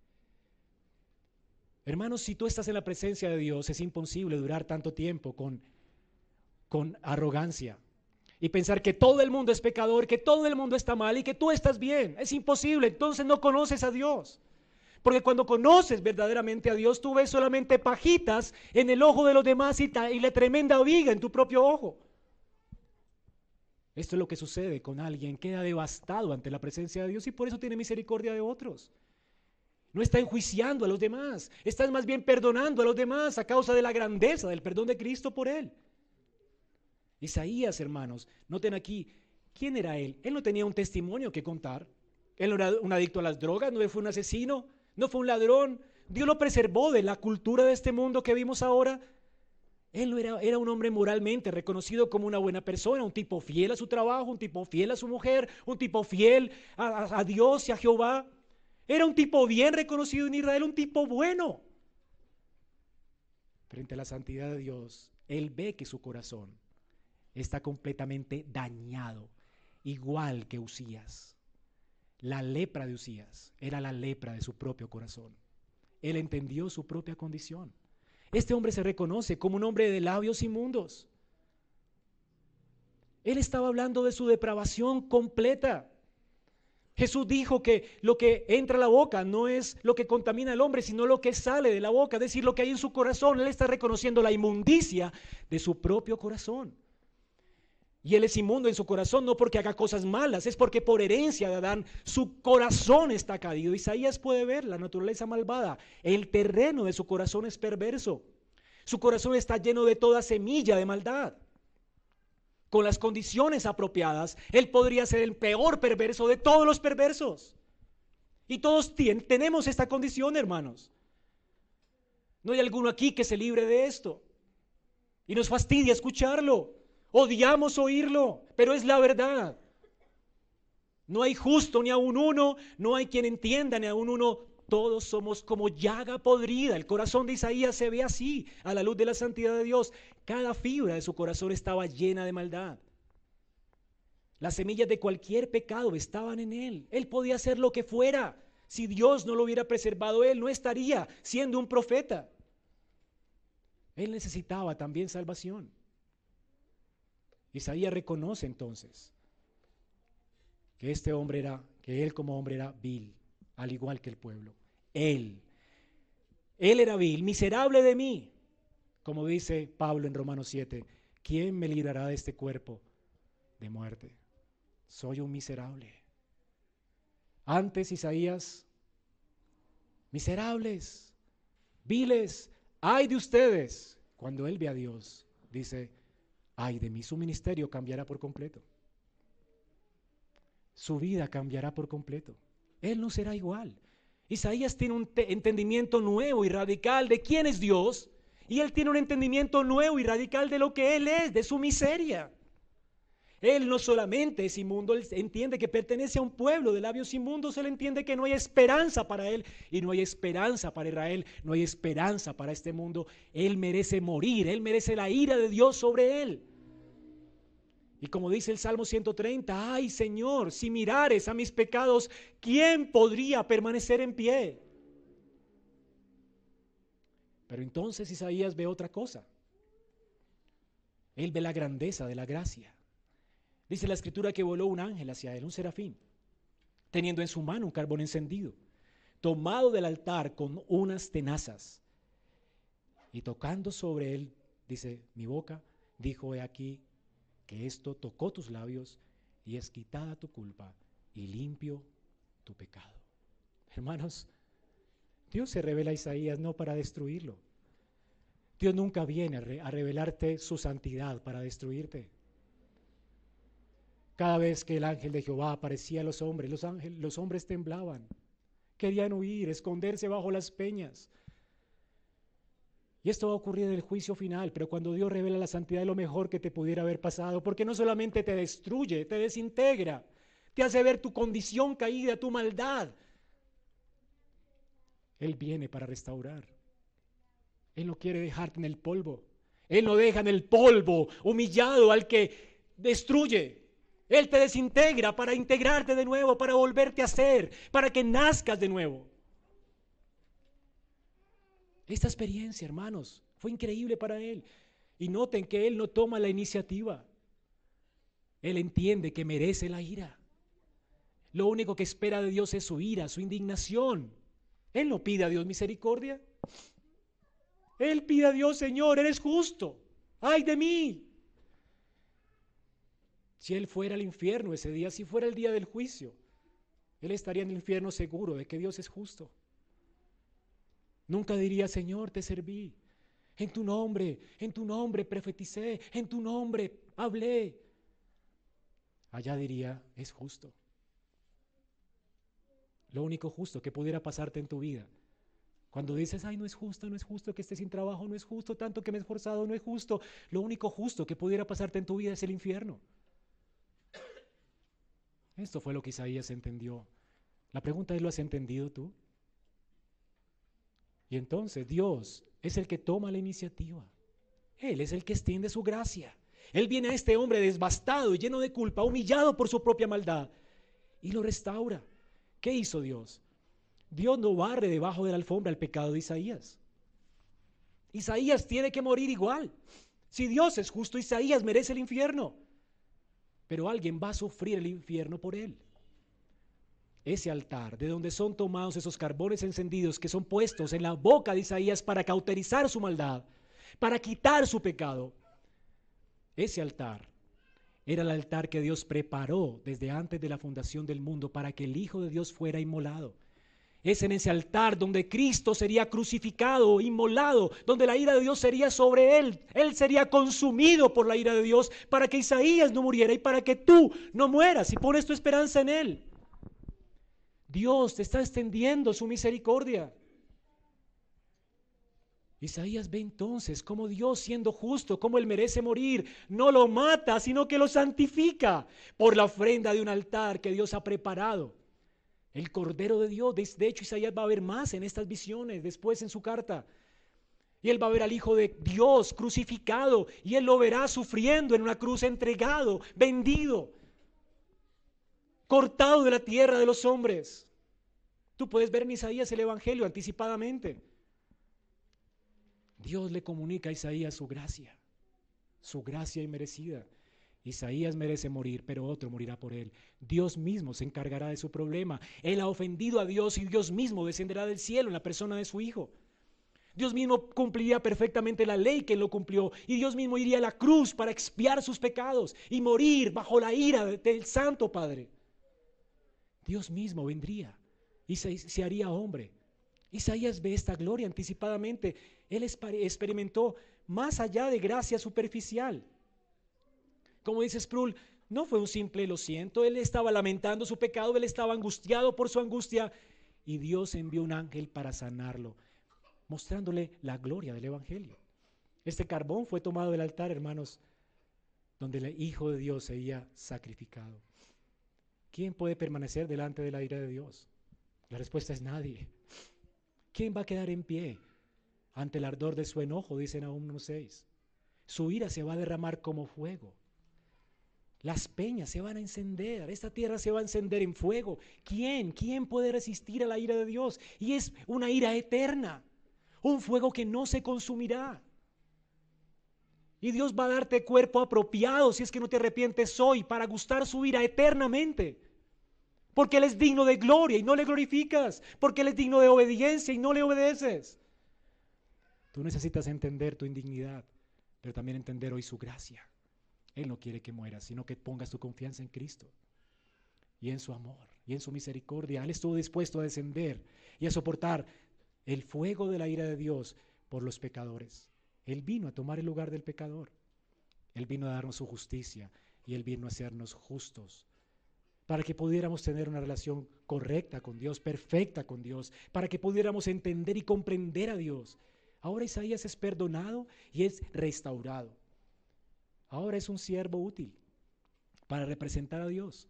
Hermanos, si tú estás en la presencia de Dios, es imposible durar tanto tiempo con arrogancia y pensar que todo el mundo es pecador, que todo el mundo está mal y que tú estás bien. Es imposible, entonces no conoces a Dios. Porque cuando conoces verdaderamente a Dios, tú ves solamente pajitas en el ojo de los demás y la tremenda viga en tu propio ojo. Esto es lo que sucede con alguien, queda devastado ante la presencia de Dios y por eso tiene misericordia de otros. No está enjuiciando a los demás, está más bien perdonando a los demás a causa de la grandeza del perdón de Cristo por él. Isaías, hermanos, noten aquí, ¿quién era él? Él no tenía un testimonio que contar. Él no era un adicto a las drogas, no fue un asesino, no fue un ladrón. Dios lo preservó de la cultura de este mundo que vimos ahora. Él no era un hombre moralmente reconocido como una buena persona, un tipo fiel a su trabajo, un tipo fiel a su mujer, un tipo fiel a Dios y a Jehová. Era un tipo bien reconocido en Israel, un tipo bueno. Frente a la santidad de Dios, él ve que su corazón está completamente dañado, igual que Usías. La lepra de Usías era la lepra de su propio corazón. Él entendió su propia condición. Este hombre se reconoce como un hombre de labios inmundos. Él estaba hablando de su depravación completa. Jesús dijo que lo que entra a la boca no es lo que contamina al hombre, sino lo que sale de la boca, es decir, lo que hay en su corazón. Él está reconociendo la inmundicia de su propio corazón. Y él es inmundo en su corazón no porque haga cosas malas, es porque por herencia de Adán su corazón está caído. Isaías puede ver la naturaleza malvada, el terreno de su corazón es perverso. Su corazón está lleno de toda semilla de maldad. Con las condiciones apropiadas, él podría ser el peor perverso de todos los perversos. Y todos tenemos esta condición, hermanos. No hay alguno aquí que se libre de esto. Y nos fastidia escucharlo. Odiamos oírlo, pero es la verdad. No hay justo ni aun uno, no hay quien entienda ni aun uno. Todos somos como llaga podrida. El corazón de Isaías se ve así a la luz de la santidad de Dios. Cada fibra de su corazón estaba llena de maldad. Las semillas de cualquier pecado estaban en él. Él podía hacer lo que fuera. Si Dios no lo hubiera preservado, él no estaría siendo un profeta. Él necesitaba también salvación. Isaías reconoce entonces que que él como hombre era vil, al igual que el pueblo. Él era vil, miserable de mí, como dice Pablo en Romanos 7, ¿quién me librará de este cuerpo de muerte? Soy un miserable. Antes Isaías, miserables, viles, ay de ustedes. Cuando él ve a Dios, dice, ay de mí, su ministerio cambiará por completo. Su vida cambiará por completo. Él no será igual. Isaías tiene un entendimiento nuevo y radical de quién es Dios, y él tiene un entendimiento nuevo y radical de lo que él es, de su miseria. Él no solamente es inmundo, él entiende que pertenece a un pueblo de labios inmundos, él entiende que no hay esperanza para él y no hay esperanza para Israel, no hay esperanza para este mundo. Él merece morir, él merece la ira de Dios sobre él. Y como dice el Salmo 130, ay Señor, si mirares a mis pecados, ¿quién podría permanecer en pie? Pero entonces Isaías ve otra cosa. Él ve la grandeza de la gracia. Dice la escritura que voló un ángel hacia él, un serafín, teniendo en su mano un carbón encendido, tomado del altar con unas tenazas, y tocando sobre él, dice, mi boca, dijo, he aquí que esto tocó tus labios y es quitada tu culpa y limpio tu pecado. Hermanos, Dios se revela a Isaías no para destruirlo. Dios nunca viene a revelarte su santidad para destruirte. Cada vez que el ángel de Jehová aparecía a los hombres, los hombres temblaban, querían huir, esconderse bajo las peñas. Y esto va a ocurrir en el juicio final, pero cuando Dios revela la santidad es lo mejor que te pudiera haber pasado, porque no solamente te destruye, te desintegra, te hace ver tu condición caída, tu maldad. Él viene para restaurar. Él no quiere dejarte en el polvo. Él no deja en el polvo humillado al que destruye. Él te desintegra para integrarte de nuevo, para volverte a ser, para que nazcas de nuevo. Esta experiencia, hermanos, fue increíble para él. Y noten que él no toma la iniciativa. Él entiende que merece la ira. Lo único que espera de Dios es su ira, su indignación. Él no pide a Dios misericordia. Él pide a Dios, Señor, eres justo. ¡Ay de mí! Si él fuera al infierno ese día, si fuera el día del juicio, él estaría en el infierno seguro de que Dios es justo. Nunca diría, Señor, te serví. En tu nombre profeticé, en tu nombre hablé. Allá diría, es justo. Lo único justo que pudiera pasarte en tu vida. Cuando dices, ay, no es justo que estés sin trabajo, no es justo tanto que me he esforzado, no es justo. Lo único justo que pudiera pasarte en tu vida es el infierno. Esto fue lo que Isaías entendió. La pregunta es, ¿lo has entendido tú? Y entonces Dios es el que toma la iniciativa. Él es el que extiende su gracia. Él viene a este hombre devastado y lleno de culpa, humillado por su propia maldad, y lo restaura. ¿Qué hizo Dios? Dios no barre debajo de la alfombra el pecado de Isaías. Isaías tiene que morir igual. Si Dios es justo, Isaías merece el infierno. Pero alguien va a sufrir el infierno por él. Ese altar, de donde son tomados esos carbones encendidos que son puestos en la boca de Isaías para cauterizar su maldad, para quitar su pecado. Ese altar era el altar que Dios preparó desde antes de la fundación del mundo para que el Hijo de Dios fuera inmolado. Es en ese altar donde Cristo sería crucificado, inmolado, donde la ira de Dios sería sobre él. Él sería consumido por la ira de Dios para que Isaías no muriera y para que tú no mueras y pones tu esperanza en él. Dios te está extendiendo su misericordia. Isaías ve entonces cómo Dios, siendo justo, cómo él merece morir, no lo mata, sino que lo santifica por la ofrenda de un altar que Dios ha preparado. El Cordero de Dios. De hecho, Isaías va a ver más en estas visiones, después en su carta. Y él va a ver al Hijo de Dios crucificado, y él lo verá sufriendo en una cruz, entregado, vendido, cortado de la tierra de los hombres. Tú puedes ver en Isaías el Evangelio anticipadamente. Dios le comunica a Isaías su gracia inmerecida. Isaías merece morir, pero otro morirá por él. Dios mismo se encargará de su problema. Él ha ofendido a Dios y Dios mismo descenderá del cielo en la persona de su Hijo. Dios mismo cumpliría perfectamente la ley que él lo cumplió, y Dios mismo iría a la cruz para expiar sus pecados y morir bajo la ira del Santo Padre. Dios mismo vendría y se haría hombre. Isaías ve esta gloria anticipadamente. Él experimentó más allá de gracia superficial. Como dice Sproul, no fue un simple lo siento. Él estaba lamentando su pecado, él estaba angustiado por su angustia, y Dios envió un ángel para sanarlo, mostrándole la gloria del Evangelio. Este carbón fue tomado del altar, hermanos, donde el Hijo de Dios sería sacrificado. ¿Quién puede permanecer delante de la ira de Dios? La respuesta es nadie. ¿Quién va a quedar en pie ante el ardor de su enojo? Dice Nahum 1:6. Su ira se va a derramar como fuego. Las peñas se van a encender, esta tierra se va a encender en fuego. ¿Quién puede resistir a la ira de Dios? Y es una ira eterna, un fuego que no se consumirá. Y Dios va a darte cuerpo apropiado si es que no te arrepientes hoy para gustar su ira eternamente. Porque Él es digno de gloria y no le glorificas. Porque Él es digno de obediencia y no le obedeces. Tú necesitas entender tu indignidad, pero también entender hoy su gracia. Él no quiere que mueras, sino que pongas tu confianza en Cristo y en su amor y en su misericordia. Él estuvo dispuesto a descender y a soportar el fuego de la ira de Dios por los pecadores. Él vino a tomar el lugar del pecador. Él vino a darnos su justicia y Él vino a hacernos justos para que pudiéramos tener una relación correcta con Dios, perfecta con Dios, para que pudiéramos entender y comprender a Dios. Ahora Isaías es perdonado y es restaurado. Ahora es un siervo útil para representar a Dios.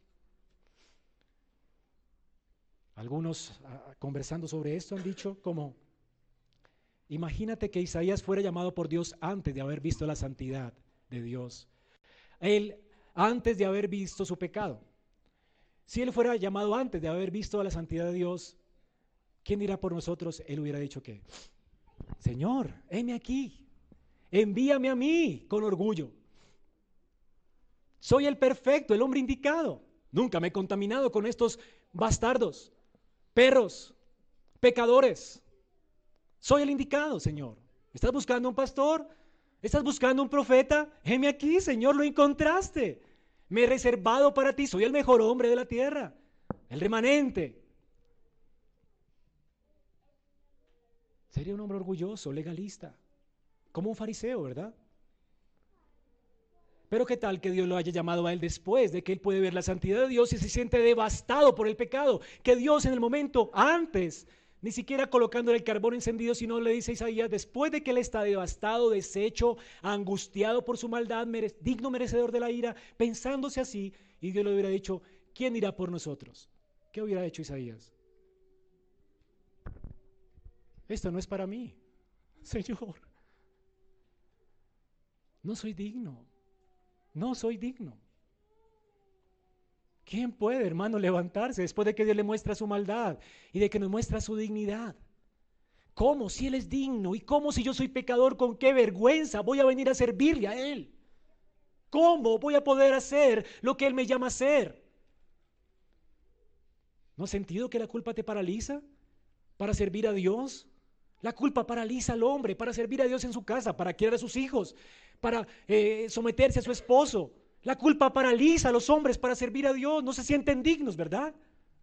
Algunos conversando sobre esto han dicho como, imagínate que Isaías fuera llamado por Dios antes de haber visto la santidad de Dios. Él antes de haber visto su pecado. Si él fuera llamado antes de haber visto la santidad de Dios, ¿quién dirá por nosotros? Él hubiera dicho que, Señor, heme aquí, envíame a mí con orgullo. Soy el perfecto, el hombre indicado. Nunca me he contaminado con estos bastardos, perros, pecadores. Soy el indicado, Señor. ¿Estás buscando un pastor? ¿Estás buscando un profeta? Heme aquí, Señor, lo encontraste. Me he reservado para ti, soy el mejor hombre de la tierra, el remanente. Sería un hombre orgulloso, legalista, como un fariseo, ¿verdad? Pero qué tal que Dios lo haya llamado a él después de que él puede ver la santidad de Dios y se siente devastado por el pecado, que Dios en el momento antes, ni siquiera colocándole el carbón encendido, sino le dice a Isaías, después de que él está devastado, deshecho, angustiado por su maldad, digno merecedor de la ira, pensándose así, y Dios le hubiera dicho, ¿quién irá por nosotros? ¿Qué hubiera hecho Isaías? Esto no es para mí, Señor. No soy digno. No soy digno. ¿Quién puede, hermano, levantarse después de que Dios le muestra su maldad y de que nos muestra su dignidad? ¿Cómo? Si Él es digno. ¿Y cómo si yo soy pecador? ¿Con qué vergüenza voy a venir a servirle a Él? ¿Cómo voy a poder hacer lo que Él me llama a hacer? ¿No has sentido que la culpa te paraliza para servir a Dios? La culpa paraliza al hombre para servir a Dios en su casa, para criar a sus hijos, para someterse a su esposo. La culpa paraliza a los hombres para servir a Dios. No se sienten dignos, ¿verdad?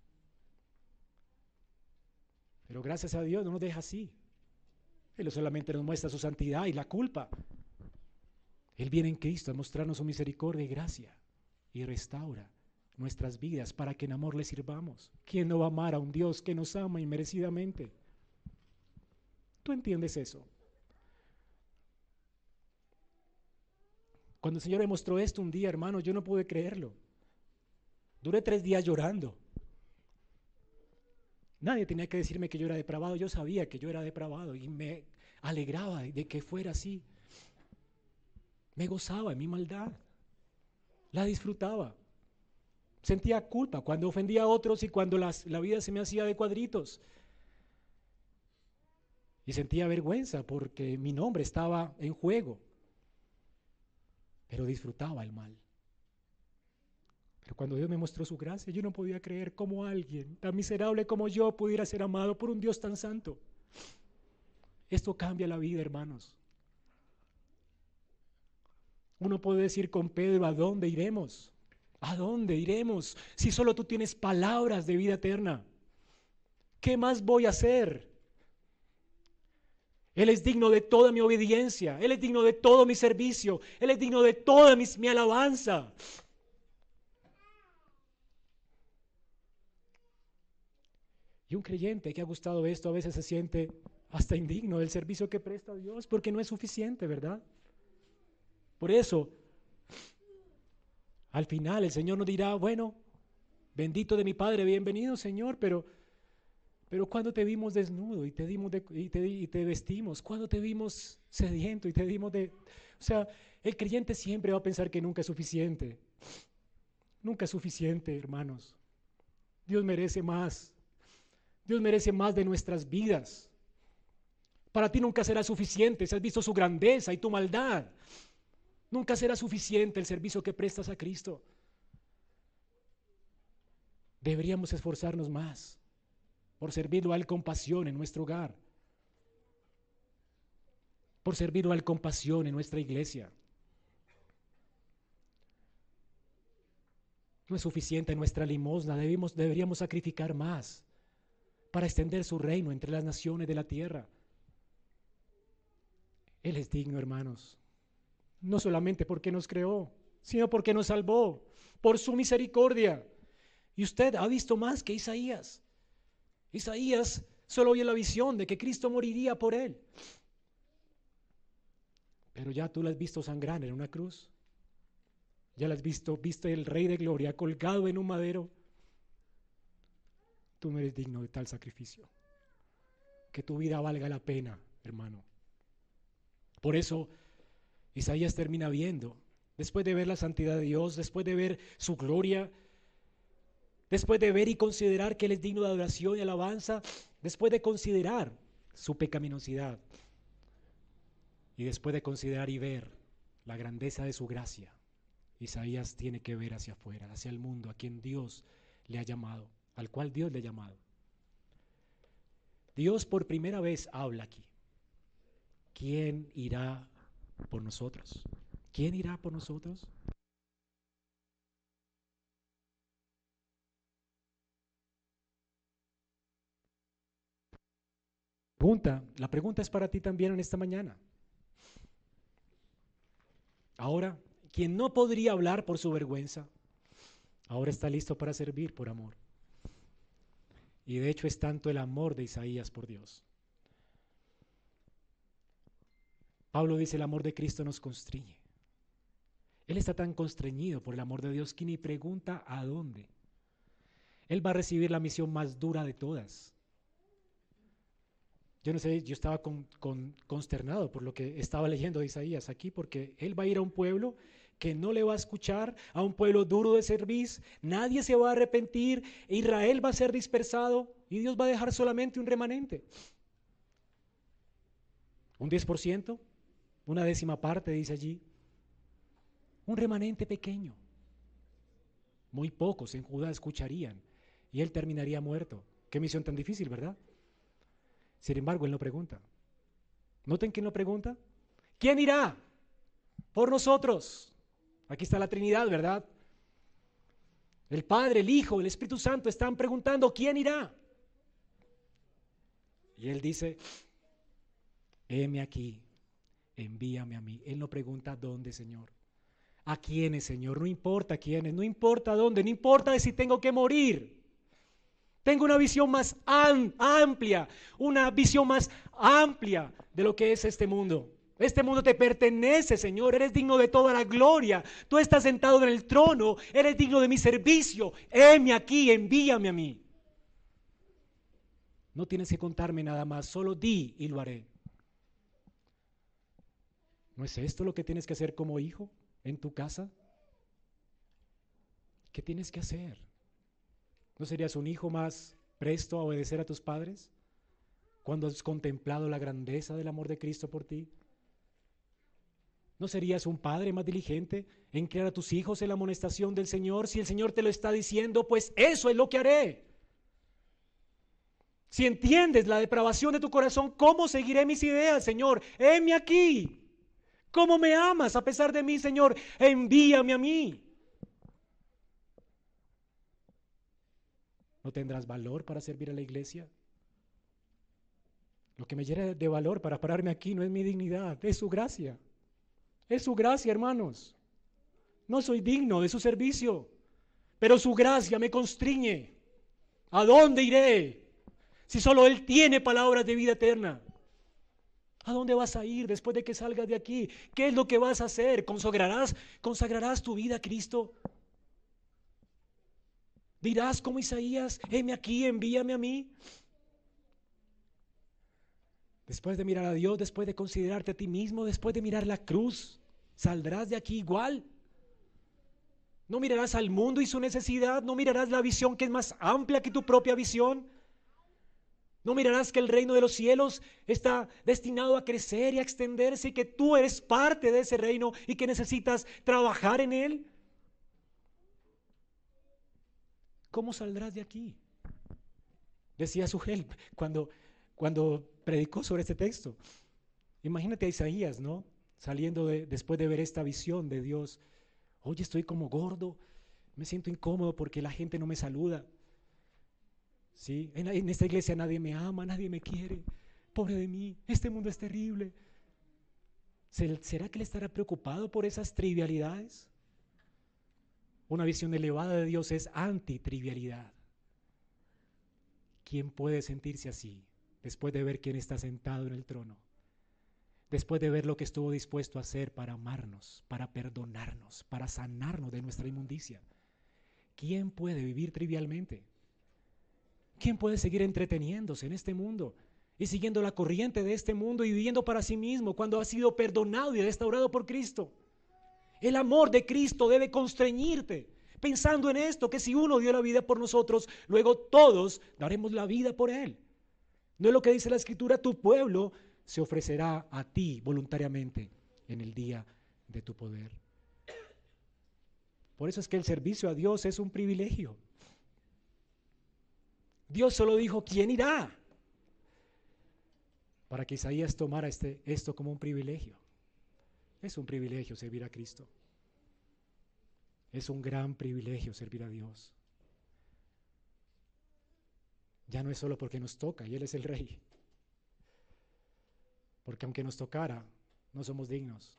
Pero gracias a Dios no nos deja así. Él solamente nos muestra su santidad y la culpa. Él viene en Cristo a mostrarnos su misericordia y gracia y restaura nuestras vidas para que en amor le sirvamos. ¿Quién no va a amar a un Dios que nos ama inmerecidamente? ¿Tú entiendes eso? Cuando el Señor me mostró esto un día, hermano, yo no pude creerlo. Duré 3 días llorando. Nadie tenía que decirme que yo era depravado. Yo sabía que yo era depravado y me alegraba de que fuera así. Me gozaba en mi maldad. La disfrutaba. Sentía culpa cuando ofendía a otros y cuando la vida se me hacía de cuadritos. Y sentía vergüenza porque mi nombre estaba en juego. Pero disfrutaba el mal. Pero cuando Dios me mostró su gracia, yo no podía creer cómo alguien tan miserable como yo pudiera ser amado por un Dios tan santo. Esto cambia la vida, hermanos. Uno puede decir con Pedro, ¿a dónde iremos? ¿A dónde iremos si solo tú tienes palabras de vida eterna? ¿Qué más voy a hacer? Él es digno de toda mi obediencia. Él es digno de todo mi servicio. Él es digno de toda mi alabanza. Y un creyente que ha gustado esto a veces se siente hasta indigno del servicio que presta a Dios porque no es suficiente, ¿verdad? Por eso, al final el Señor nos dirá, bueno, bendito de mi Padre, bienvenido Señor, pero cuando te vimos desnudo y te vestimos, cuando te vimos sediento y te dimos de... O sea, el creyente siempre va a pensar que nunca es suficiente. Nunca es suficiente, hermanos. Dios merece más. Dios merece más de nuestras vidas. Para ti nunca será suficiente si has visto su grandeza y tu maldad. Nunca será suficiente el servicio que prestas a Cristo. Deberíamos esforzarnos más por servirlo a Él con pasión en nuestro hogar, por servirlo a Él con pasión en nuestra iglesia. No es suficiente nuestra limosna, deberíamos sacrificar más para extender su reino entre las naciones de la tierra. Él es digno, hermanos, no solamente porque nos creó, sino porque nos salvó, por su misericordia. Y usted ha visto más que Isaías. Isaías solo vio la visión de que Cristo moriría por él. Pero ya tú lo has visto sangrar en una cruz. Ya lo has visto el Rey de Gloria colgado en un madero. Tú no eres digno de tal sacrificio. Que tu vida valga la pena, hermano. Por eso Isaías termina viendo, después de ver la santidad de Dios, después de ver su gloria, después de ver y considerar que Él es digno de adoración y alabanza, después de considerar su pecaminosidad y después de considerar y ver la grandeza de su gracia, Isaías tiene que ver hacia afuera, hacia el mundo, a quien Dios le ha llamado, al cual Dios le ha llamado. Dios por primera vez habla aquí. ¿Quién irá por nosotros? ¿Quién irá por nosotros? La pregunta es para ti también en esta mañana. Ahora, quien no podría hablar por su vergüenza, ahora está listo para servir por amor. Y de hecho es tanto el amor de Isaías por Dios. Pablo dice: el amor de Cristo nos constriñe. Él está tan constreñido por el amor de Dios que ni pregunta a dónde. Él va a recibir la misión más dura de todas. Yo no sé, yo estaba consternado por lo que estaba leyendo de Isaías aquí, porque él va a ir a un pueblo que no le va a escuchar, a un pueblo duro de cerviz, nadie se va a arrepentir, Israel va a ser dispersado y Dios va a dejar solamente un remanente. Un 10%, una décima parte, dice allí. Un remanente pequeño. Muy pocos en Judá escucharían y él terminaría muerto. Qué misión tan difícil, ¿verdad? Sin embargo, él no pregunta. ¿Noten quién no pregunta? ¿Quién irá por nosotros? Aquí está la Trinidad, ¿verdad? El Padre, el Hijo, el Espíritu Santo están preguntando: ¿quién irá? Y él dice: heme aquí, envíame a mí. Él no pregunta: ¿dónde, Señor? ¿A quiénes, Señor? No importa quiénes, no importa dónde, no importa si tengo que morir. Tengo una visión más amplia, una visión más amplia de lo que es este mundo. Este mundo te pertenece, Señor, eres digno de toda la gloria. Tú estás sentado en el trono, eres digno de mi servicio. Heme aquí, envíame a mí. No tienes que contarme nada más, solo di y lo haré. ¿No es esto lo que tienes que hacer como hijo en tu casa? ¿Qué tienes que hacer? ¿No serías un hijo más presto a obedecer a tus padres cuando has contemplado la grandeza del amor de Cristo por ti? ¿No serías un padre más diligente en criar a tus hijos en la amonestación del Señor? Si el Señor te lo está diciendo, pues eso es lo que haré. Si entiendes la depravación de tu corazón, ¿cómo seguiré mis ideas, Señor? Heme aquí. ¿Cómo me amas a pesar de mí, Señor? Envíame a mí. ¿No tendrás valor para servir a la iglesia? Lo que me llena de valor para pararme aquí no es mi dignidad, es su gracia. Es su gracia, hermanos. No soy digno de su servicio, pero su gracia me constriñe. ¿A dónde iré si solo Él tiene palabras de vida eterna? ¿A dónde vas a ir después de que salgas de aquí? ¿Qué es lo que vas a hacer? ¿Consagrarás tu vida a Cristo? ¿Dirás como Isaías: heme aquí, envíame a mí? Después de mirar a Dios, después de considerarte a ti mismo, después de mirar la cruz, ¿saldrás de aquí igual? ¿No mirarás al mundo y su necesidad? ¿No mirarás la visión que es más amplia que tu propia visión? No mirarás que el reino de los cielos está destinado a crecer y a extenderse y que tú eres parte de ese reino y que necesitas trabajar en él. ¿Cómo saldrás de aquí? Decía Sugel cuando predicó sobre este texto. Imagínate a Isaías, ¿no? Saliendo después de ver esta visión de Dios. Oye, estoy como gordo, me siento incómodo porque la gente no me saluda. ¿Sí? En esta iglesia nadie me ama, nadie me quiere. Pobre de mí, este mundo es terrible. ¿Será que él estará preocupado por esas trivialidades? Una visión elevada de Dios es anti-trivialidad. ¿Quién puede sentirse así después de ver quién está sentado en el trono? Después de ver lo que estuvo dispuesto a hacer para amarnos, para perdonarnos, para sanarnos de nuestra inmundicia. ¿Quién puede vivir trivialmente? ¿Quién puede seguir entreteniéndose en este mundo y siguiendo la corriente de este mundo y viviendo para sí mismo cuando ha sido perdonado y restaurado por Cristo? El amor de Cristo debe constreñirte, pensando en esto, que si uno dio la vida por nosotros, luego todos daremos la vida por Él. ¿No es lo que dice la Escritura? Tu pueblo se ofrecerá a ti voluntariamente en el día de tu poder. Por eso es que el servicio a Dios es un privilegio. Dios solo dijo, ¿quién irá? Para que Isaías tomara esto como un privilegio. Es un privilegio servir a Cristo. Es un gran privilegio servir a Dios. Ya no es solo porque nos toca y Él es el Rey. Porque aunque nos tocara, no somos dignos.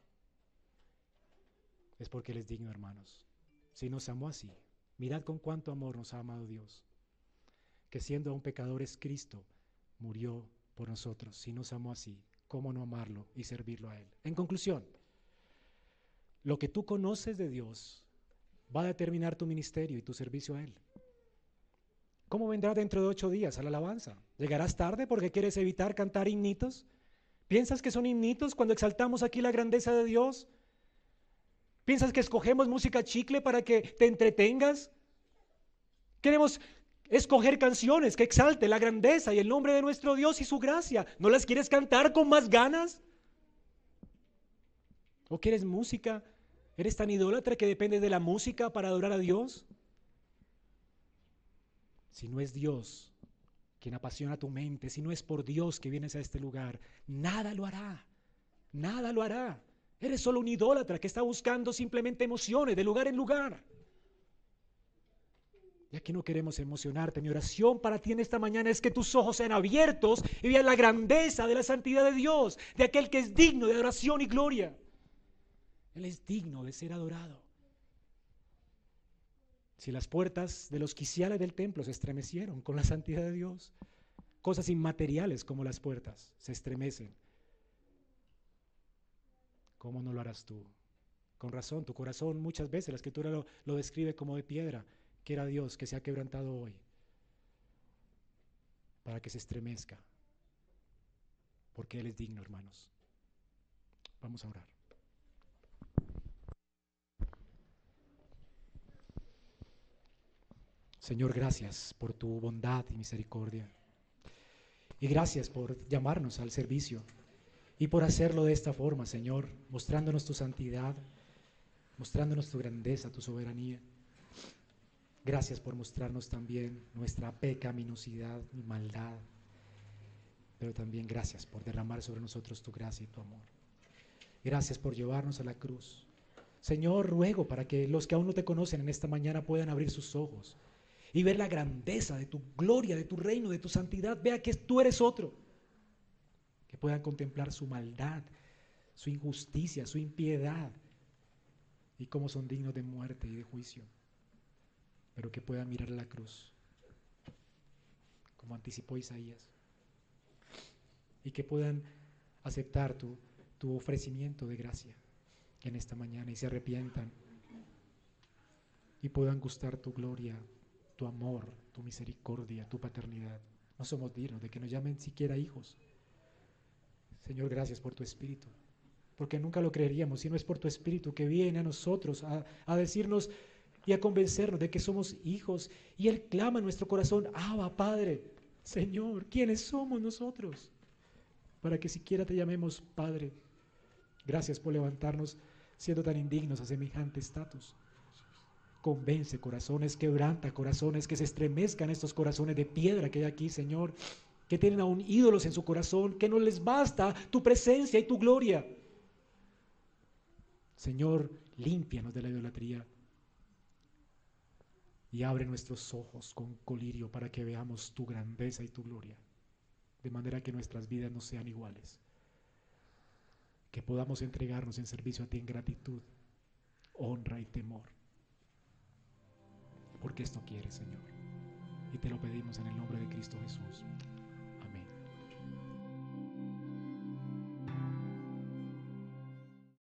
Es porque Él es digno, hermanos. Si nos amó así, mirad con cuánto amor nos ha amado Dios. Que siendo aún pecadores, Cristo murió por nosotros. Si nos amó así, ¿cómo no amarlo y servirlo a Él? En conclusión, lo que tú conoces de Dios va a determinar tu ministerio y tu servicio a Él. ¿Cómo vendrá dentro de 8 días a la alabanza? ¿Llegarás tarde porque quieres evitar cantar himnitos? ¿Piensas que son himnitos cuando exaltamos aquí la grandeza de Dios? ¿Piensas que escogemos música chicle para que te entretengas? Queremos escoger canciones que exalten la grandeza y el nombre de nuestro Dios y su gracia. ¿No las quieres cantar con más ganas? ¿O quieres música? ¿Eres tan idólatra que dependes de la música para adorar a Dios? Si no es Dios quien apasiona tu mente, si no es por Dios que vienes a este lugar, nada lo hará, nada lo hará. Eres solo un idólatra que está buscando simplemente emociones de lugar en lugar. Y aquí no queremos emocionarte. Mi oración para ti en esta mañana es que tus ojos sean abiertos y vean la grandeza de la santidad de Dios, de aquel que es digno de adoración y gloria. Él es digno de ser adorado. Si las puertas de los quiciales del templo se estremecieron con la santidad de Dios, cosas inmateriales como las puertas se estremecen, ¿cómo no lo harás tú? Con razón, tu corazón muchas veces la Escritura lo describe como de piedra. Quiera Dios que se ha quebrantado hoy para que se estremezca, porque Él es digno, hermanos. Vamos a orar. Señor, gracias por tu bondad y misericordia. Y gracias por llamarnos al servicio y por hacerlo de esta forma, Señor, mostrándonos tu santidad, mostrándonos tu grandeza, tu soberanía. Gracias por mostrarnos también nuestra pecaminosidad y maldad, pero también gracias por derramar sobre nosotros tu gracia y tu amor. Gracias por llevarnos a la cruz. Señor, ruego para que los que aún no te conocen en esta mañana puedan abrir sus ojos y ver la grandeza de tu gloria, de tu reino, de tu santidad. Vea que tú eres otro. Que puedan contemplar su maldad, su injusticia, su impiedad y cómo son dignos de muerte y de juicio. Pero que puedan mirar a la cruz, como anticipó Isaías, y que puedan aceptar tu ofrecimiento de gracia en esta mañana y se arrepientan y puedan gustar tu gloria, tu amor, tu misericordia, tu paternidad. No somos dignos de que nos llamen siquiera hijos. Señor, gracias por tu Espíritu, porque nunca lo creeríamos si no es por tu Espíritu que viene a nosotros a decirnos y a convencernos de que somos hijos, y Él clama en nuestro corazón: Abba, Padre. Señor, ¿quiénes somos nosotros para que siquiera te llamemos Padre? Gracias por levantarnos siendo tan indignos a semejante estatus. Convence corazones, quebranta corazones, que se estremezcan estos corazones de piedra que hay aquí, Señor, que tienen aún ídolos en su corazón, que no les basta tu presencia y tu gloria. Señor, límpianos de la idolatría y abre nuestros ojos con colirio para que veamos tu grandeza y tu gloria, de manera que nuestras vidas no sean iguales, que podamos entregarnos en servicio a ti en gratitud, honra y temor, porque esto quieres, Señor, y te lo pedimos en el nombre de Cristo Jesús.